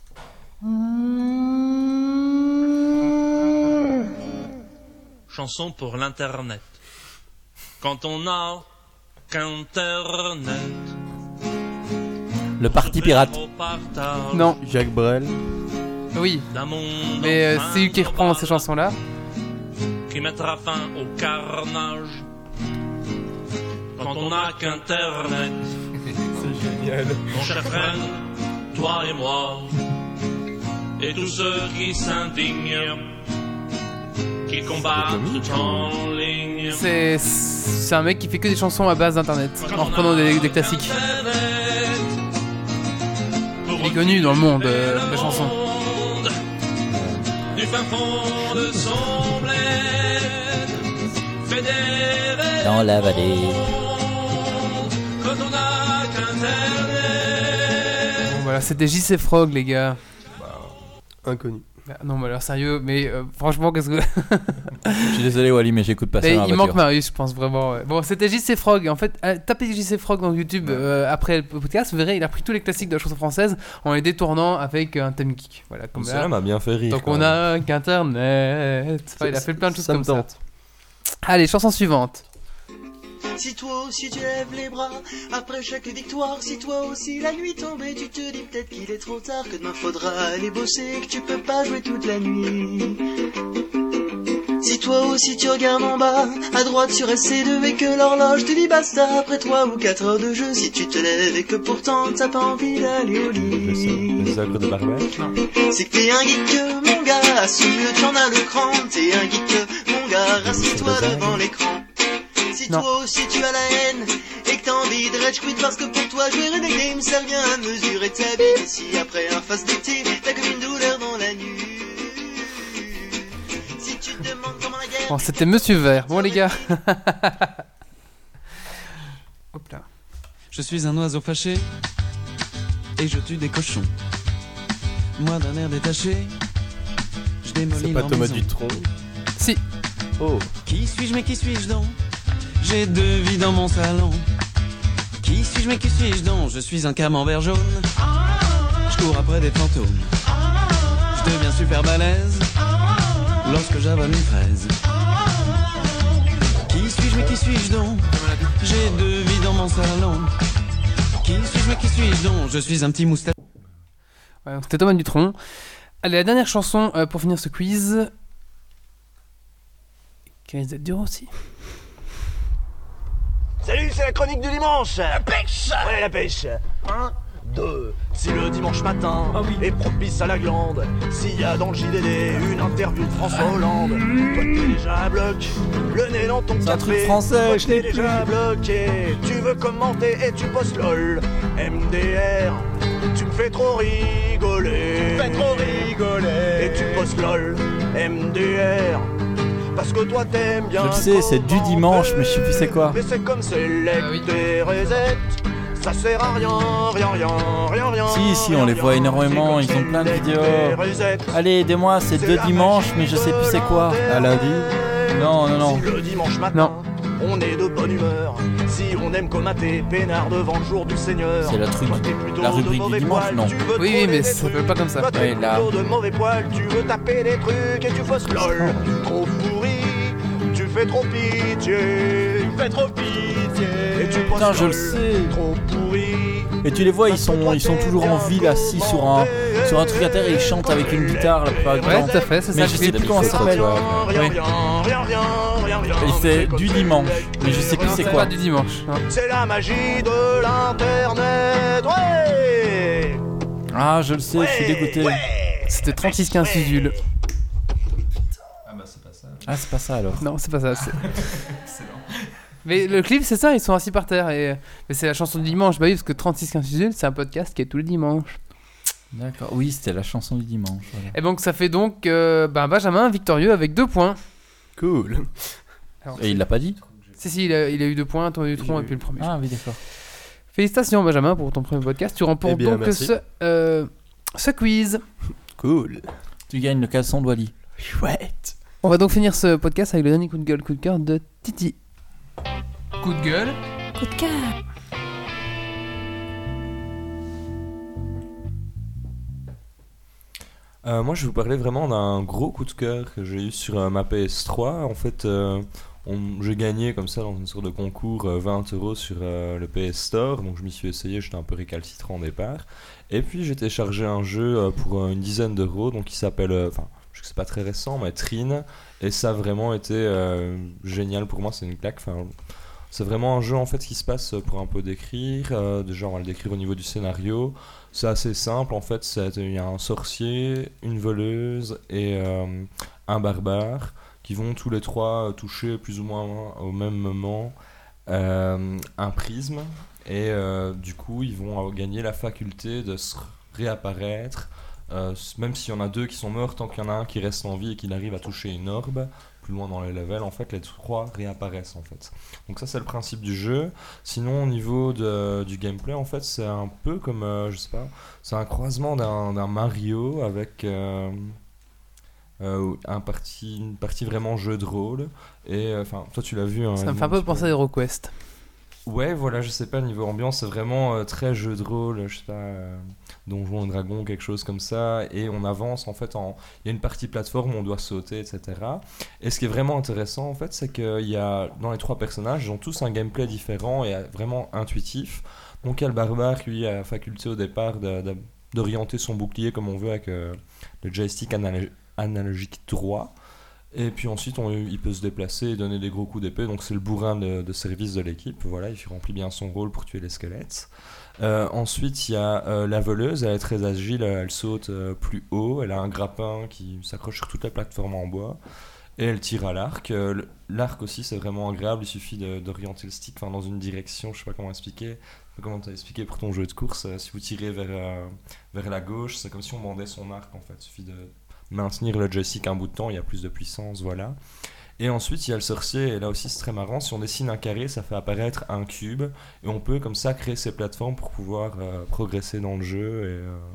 Chanson pour l'internet. Quand on a qu'internet. Le Parti Pirate. Non, Jacques Brel. oui, mais c'est lui qui reprend ces chansons-là. Qui mettra fin au carnage. Quand on a qu'internet. C'est génial. Mon cher frère, toi et moi, et tous ceux qui s'indignent, qui combattent en ligne. C'est un mec qui fait que des chansons à base d'internet, en reprenant des classiques. Il est connu dans le monde des chansons. Du fin fond de son bled, fédéré Dans la vallée. quand on a qu'internet. Bon, voilà, c'était JC Frog, les gars. Inconnu. Ah, non, mais alors sérieux, mais franchement, qu'est-ce que. Je suis désolé Wally, mais j'écoute pas ça Mais dans la il voiture. manque Marius, je pense vraiment. Ouais. Bon, c'était JC Frog. En fait, tapez JC Frog dans YouTube après le podcast, vous verrez, il a pris tous les classiques de la chanson française en les détournant avec un thème geek. Voilà, comme Cela là. m'a bien fait rire. Donc quand on même. a qu'internet. Enfin, il a fait plein de choses Ça me comme ça. tente. Allez, chanson suivante. Si toi aussi tu lèves les bras après chaque victoire, si toi aussi la nuit tombée, tu te dis peut-être qu'il est trop tard, que demain faudra aller bosser, que tu peux pas jouer toute la nuit. Si toi aussi tu regardes en bas, à droite sur SC2 et que l'horloge te dit basta après 3 ou 4 heures de jeu, si tu te lèves et que pourtant t'as pas envie d'aller au lit. Les ogres de Barbet. C'est que t'es un geek, mon gars, à ce mieux tu en as le cran, t'es un geek, mon gars, rassis-toi devant l'écran. Si Non. toi aussi tu as la haine et que t'as envie de rage quit parce que pour toi jouer des games ça vient à mesurer ta vie. Et si après un face d'été t'as comme une douleur dans la nuit, si tu te demandes comment la guerre. Bon, c'était Monsieur Vert. Bon, les gars. Hop là. Je suis un oiseau fâché et je tue des cochons. Moi d'un air détaché, je démolis C'est pas leur Thomas maison. Dutronc. Si. Oh. Qui suis-je mais qui suis-je donc? J'ai 2 vies dans mon salon. Qui suis-je mais qui suis-je donc? Je suis un camembert jaune. Je cours après des fantômes. Je deviens super balèze lorsque j'avale une fraise. Qui suis-je mais qui suis-je donc? J'ai 2 vies dans mon salon. Qui suis-je mais qui suis-je donc? Je suis un petit moustache. Ouais, donc c'était Thomas Dutronc. Allez, la dernière chanson pour finir ce quiz. Qui risque d'être dur aussi. Salut, c'est la chronique du dimanche. La pêche. Ouais, la pêche. 1, 2, si le dimanche matin est propice à la glande, s'il y a dans le JDD une interview de François Hollande, toi t'es déjà à bloc, le nez dans ton C'est un café, truc français, toi je t'es l'ai déjà bloqué, tu veux commenter et tu postes LOL, MDR, tu me fais trop rigoler, et tu postes LOL, MDR. Parce que toi t'aimes bien. Je le sais, c'est du dimanche, mais je sais plus c'est quoi. Mais c'est comme Select et Reset. Ça sert à rien. Si, on les voit énormément, ils ont plein de vidéos. Allez, aidez-moi, c'est 2 dimanches, mais je sais plus c'est quoi. À lundi. Non. Si le dimanche matin, on est de bonne humeur. Si on aime comater peinard devant le jour du Seigneur. C'est la rubrique du dimanche, non? Oui, mais ça s'appelle pas comme ça. Toi t'es Ouais, là. plutôt de mauvais poils, tu veux taper des trucs et tu fausses LOL. Trop pourri, tu fais trop pitié. Et tu postes Putain, je le LOL. sais. Trop pourri. Et tu les vois, ils sont toujours en ville, assis sur un truc à terre et ils chantent avec une guitare la plupart du Ouais, temps. tout à fait, c'est Mais ça. je le sais clip. plus comment ça s'appelle. Rien, Ouais. rien. Et c'est du dimanche, mais je sais plus Non, c'est c'est quoi. pas du dimanche. Non. C'est la magie de l'internet. Ouais. Ah, je le sais, je suis dégoûté. C'était 36-15 Suzul. Ah bah c'est pas ça. Ah, c'est pas ça alors. Non, c'est pas ça. Excellent. Mais le clip, c'est ça, ils sont assis par terre. Mais c'est la chanson du dimanche. Bah oui, parce que 36-15 Suzul, c'est un podcast qui est tous les dimanches. D'accord, oui, c'était la chanson du dimanche. Voilà. Et donc, ça fait donc Benjamin victorieux avec 2 points. Cool. Alors, Et il l'a pas dit? si, il a eu 2 points, Thomas Dutronc et puis le premier. Ah oui, d'accord. Félicitations, Benjamin, pour ton premier podcast. Tu remportes Eh bien, donc merci. ce quiz. Cool. Tu gagnes le caleçon de Wally. Chouette. On va donc finir ce podcast avec le dernier coup de gueule, coup de cœur de Titi. Coup de gueule. Coup de cœur. Moi, je vais vous parler vraiment d'un gros coup de cœur que j'ai eu sur ma PS3. En fait, j'ai gagné comme ça dans une sorte de concours 20 € sur le PS Store. Donc, je m'y suis essayé, j'étais un peu récalcitrant au départ. Et puis, j'ai téléchargé un jeu pour une dizaine d'euros, donc qui s'appelle, je sais que c'est pas très récent, mais Trine. Et ça a vraiment été génial pour moi, c'est une claque. C'est vraiment un jeu en fait qui se passe pour un peu décrire. Déjà, on va le décrire au niveau du scénario. C'est assez simple en fait. Il y a un sorcier, une voleuse et un barbare qui vont tous les trois toucher plus ou moins au même moment un prisme. Et du coup, ils vont gagner la faculté de se réapparaître. Même s'il y en a 2 qui sont morts, tant qu'il y en a un qui reste en vie et qu'il arrive à toucher une orbe, plus loin dans les levels, en fait, les 3 réapparaissent, en fait. Donc ça, c'est le principe du jeu. Sinon, au niveau du gameplay, en fait, c'est un peu comme, je sais pas, c'est un croisement d'un Mario avec une partie vraiment jeu de rôle. Et, enfin, toi, tu l'as vu. Hein, Ça me fait un peu penser à HeroQuest. Ouais, voilà, je sais pas, niveau ambiance, c'est vraiment très jeu de rôle, je sais pas, Donjons et Dragons, quelque chose comme ça, et on avance, en fait, il y a une partie plateforme où on doit sauter, etc. Et ce qui est vraiment intéressant, en fait, c'est qu'il y a, dans les 3 personnages, ils ont tous un gameplay différent et vraiment intuitif. Donc, il y a le barbare, lui, a la faculté au départ d'orienter son bouclier comme on veut avec le joystick analogique droit. Et puis ensuite, il peut se déplacer et donner des gros coups d'épée. Donc c'est le bourrin de service de l'équipe. Voilà, il remplit bien son rôle pour tuer les squelettes. Ensuite, il y a la voleuse. Elle est très agile, elle saute plus haut. Elle a un grappin qui s'accroche sur toute la plateforme en bois. Et elle tire à l'arc. L'arc aussi, c'est vraiment agréable. Il suffit d'orienter le stick dans une direction. Je sais pas comment expliquer. Comment t'as expliqué pour ton jeu de course. Si vous tirez vers la gauche, c'est comme si on bandait son arc en fait. Il suffit de maintenir le joystick un bout de temps, il y a plus de puissance, voilà. Et ensuite, il y a le sorcier, et là aussi c'est très marrant, si on dessine un carré, ça fait apparaître un cube, et on peut comme ça créer ces plateformes pour pouvoir progresser dans le jeu, et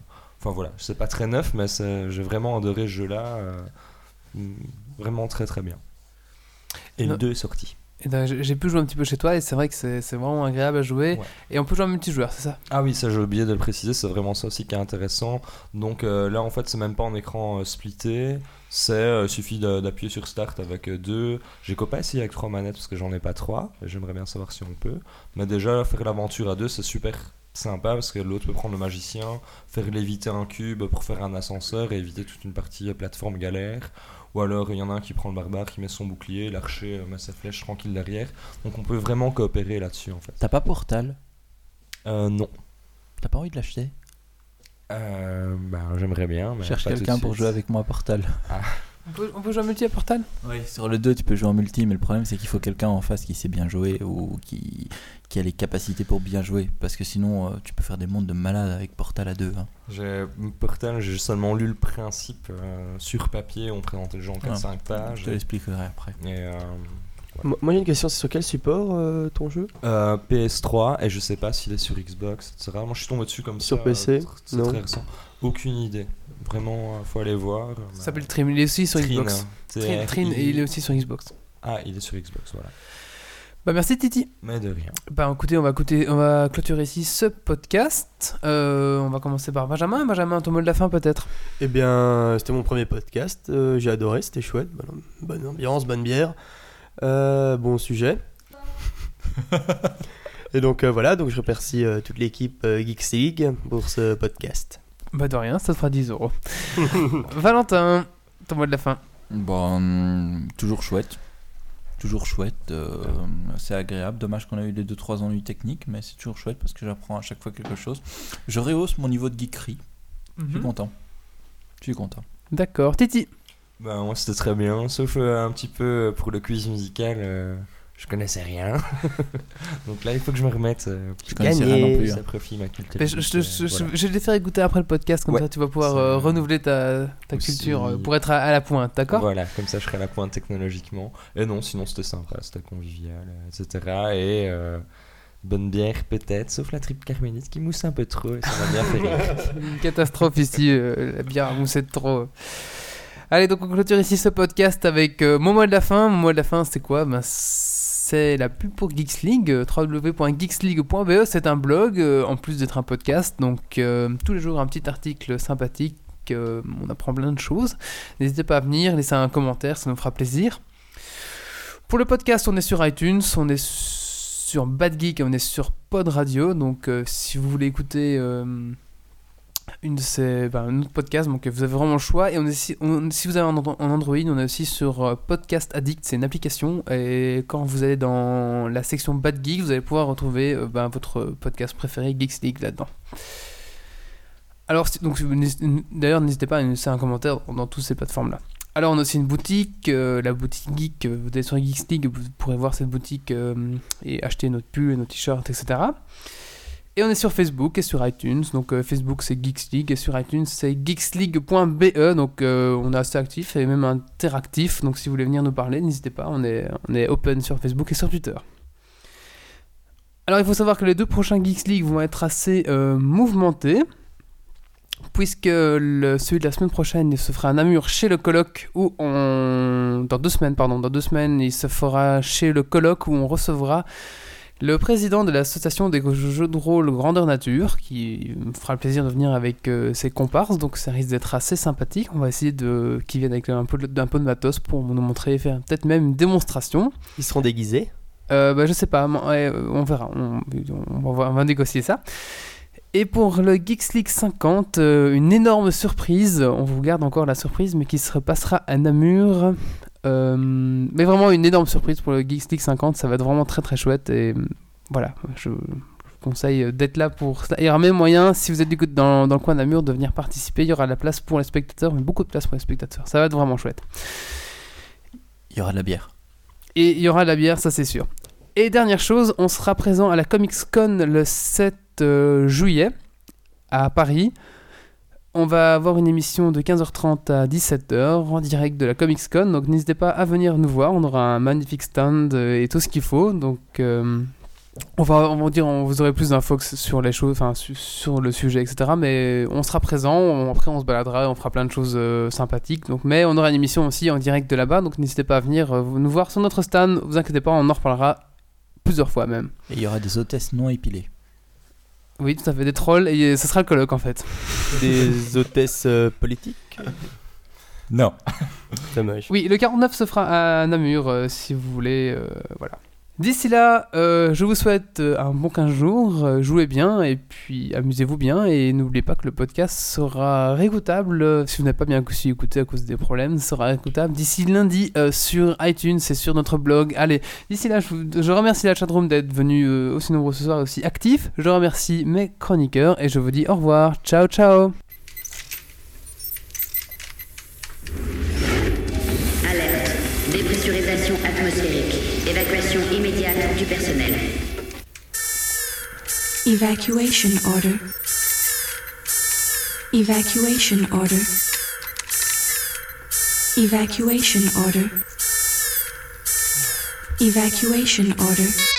Enfin voilà, c'est pas très neuf, mais j'ai vraiment adoré ce jeu-là. Vraiment très très bien. Et le 2 est sorti. Et donc, j'ai pu jouer un petit peu chez toi et c'est vrai que c'est vraiment agréable à jouer. Ouais. Et on peut jouer en multijoueur, c'est ça? Ah oui, ça j'ai oublié de le préciser, c'est vraiment ça aussi qui est intéressant. Donc là en fait c'est même pas en écran splitté, suffit d'appuyer sur Start avec 2. J'ai pas essayé avec 3 manettes parce que j'en ai pas 3, et j'aimerais bien savoir si on peut. Mais déjà faire l'aventure à 2 c'est super sympa parce que l'autre peut prendre le magicien, faire léviter un cube pour faire un ascenseur et éviter toute une partie plateforme galère. Ou alors il y en a un qui prend le barbare, qui met son bouclier, l'archer met sa flèche tranquille derrière. Donc on peut vraiment coopérer là-dessus en fait. T'as pas Portal? Non. T'as pas envie de l'acheter? J'aimerais bien. Mais cherche quelqu'un pour jouer avec moi à Portal. Ah. On peut jouer en multi à Portal? Oui, sur le 2 tu peux jouer en multi, mais le problème c'est qu'il faut quelqu'un en face qui sait bien jouer ou qui a les capacités pour bien jouer, parce que sinon tu peux faire des mondes de malades avec Portal à 2. Portal, j'ai seulement lu le principe sur papier, on présentait le jeu en 4-5 pages. Je te l'expliquerai après. Et, Moi j'ai une question, c'est sur quel support ton jeu? PS3, et je sais pas s'il est sur Xbox, etc. Moi je suis tombé dessus comme sur ça. PC? C'est très récent. Aucune idée. Vraiment, faut aller voir. Ça s'appelle Trim, il est aussi sur Xbox. Trin, et il est aussi sur Xbox. Ah, il est sur Xbox, voilà. Bah merci Titi. Mais de rien. Bah écoutez, on va clôturer ici ce podcast. On va commencer par Benjamin. Benjamin, ton mot de la fin peut-être? Eh bien, c'était mon premier podcast. J'ai adoré, c'était chouette. Bonne ambiance, bonne bière. Bon sujet. Et donc voilà, donc je remercie toute l'équipe Geeks League pour ce podcast. Bah de rien, ça te fera 10 €. Valentin, ton mot de la fin? Bon, toujours chouette. C'est agréable. Dommage qu'on a eu les 2-3 ennuis techniques, mais c'est toujours chouette parce que j'apprends à chaque fois quelque chose. Je rehausse mon niveau de geekerie. Je suis content. D'accord. Titi? Bah moi c'était très bien, sauf un petit peu pour le quiz musical, je connaissais rien. Donc là il faut que je me remette. Je connaissais rien non plus. Ça profite ma culture. Je vais te faire écouter après le podcast, comme ça tu vas pouvoir renouveler ta culture pour être à la pointe, d'accord? Voilà, comme ça je serai à la pointe technologiquement. Et non, sinon c'était sympa, c'était convivial, etc. Et bonne bière peut-être, sauf la triple carmélite qui mousse un peu trop et ça m'a bien fait rire. Une catastrophe ici, la bière a moussé de trop. Allez, donc on clôture ici ce podcast avec mon mot de la fin. Mon mot de la fin, c'est quoi? C'est la pub pour Geeks League, www.geeksleague.be. C'est un blog, en plus d'être un podcast. Donc, tous les jours, un petit article sympathique. On apprend plein de choses. N'hésitez pas à venir, laissez un commentaire, ça nous fera plaisir. Pour le podcast, on est sur iTunes, on est sur Bad Geek et on est sur Pod Radio. Donc, si vous voulez écouter... un autre podcast, donc vous avez vraiment le choix. Et si vous avez un Android, on est aussi sur Podcast Addict, c'est une application, et quand vous allez dans la section Bad Geek, vous allez pouvoir retrouver votre podcast préféré Geeks League là-dedans. Alors d'ailleurs n'hésitez pas à nous laisser un commentaire dans toutes ces plateformes là. Alors on a aussi une boutique, la boutique Geek, vous allez sur Geeks League, vous pourrez voir cette boutique et acheter notre pull et nos t-shirts, etc. Et on est sur Facebook et sur iTunes. Donc Facebook c'est Geeks League et sur iTunes c'est geeksleague.be. Donc on est assez actif et même interactif. Donc si vous voulez venir nous parler, n'hésitez pas. On est open sur Facebook et sur Twitter. Alors il faut savoir que les 2 prochains Geeks League vont être assez mouvementés. Puisque celui de la semaine prochaine il se fera à Namur chez le Coloc dans 2 semaines il se fera chez le Coloc où on recevra le président de l'association des jeux de rôle Grandeur Nature, qui me fera le plaisir de venir avec ses comparses, donc ça risque d'être assez sympathique. On va essayer qu'ils viennent avec un peu de matos pour nous montrer, faire peut-être même une démonstration. Ils seront déguisés? Je sais pas, on verra, on va négocier ça. Et pour le Geeks League 50, une énorme surprise, on vous garde encore la surprise, mais qui se passera à Namur. Mais vraiment une énorme surprise pour le Geeks League 50, ça va être vraiment très très chouette et voilà, je vous conseille d'être là pour ça. Il y aura même moyen, si vous êtes du coup dans le coin de Namur, de venir participer. Il y aura de la place pour les spectateurs, mais beaucoup de place pour les spectateurs, ça va être vraiment chouette. Il y aura de la bière. Et il y aura de la bière, ça c'est sûr. Et dernière chose, on sera présent à la Comics Con le 7 juillet à Paris. On va avoir une émission de 15h30 à 17h en direct de la Comics Con, donc n'hésitez pas à venir nous voir, on aura un magnifique stand et tout ce qu'il faut, donc On va dire, vous aurez plus d'infos sur les choses, enfin sur le sujet, etc. Mais on sera présent. Après, on se baladera, on fera plein de choses sympathiques. Donc, mais on aura une émission aussi en direct de là-bas. Donc, n'hésitez pas à venir nous voir sur notre stand. Vous inquiétez pas, on en reparlera plusieurs fois même. Et il y aura des hôtesses non épilées. Oui, tout à fait, des trolls. Et ce sera le colloque en fait. Des hôtesses politiques. Non. Dommage. Oui, le 49 se fera à Namur si vous voulez. Voilà. D'ici là, je vous souhaite un bon 15 jours, jouez bien et puis amusez-vous bien et n'oubliez pas que le podcast sera réécoutable, si vous n'avez pas bien écouté à cause des problèmes, sera réécoutable d'ici lundi sur iTunes et sur notre blog. Allez, d'ici là, je remercie la chatroom d'être venu aussi nombreux ce soir et aussi actifs, je remercie mes chroniqueurs et je vous dis au revoir, ciao ciao. Alerte, dépressurisation atmosphérique. Évacuation immédiate du personnel. Evacuation order. Evacuation order. Evacuation order. Evacuation order.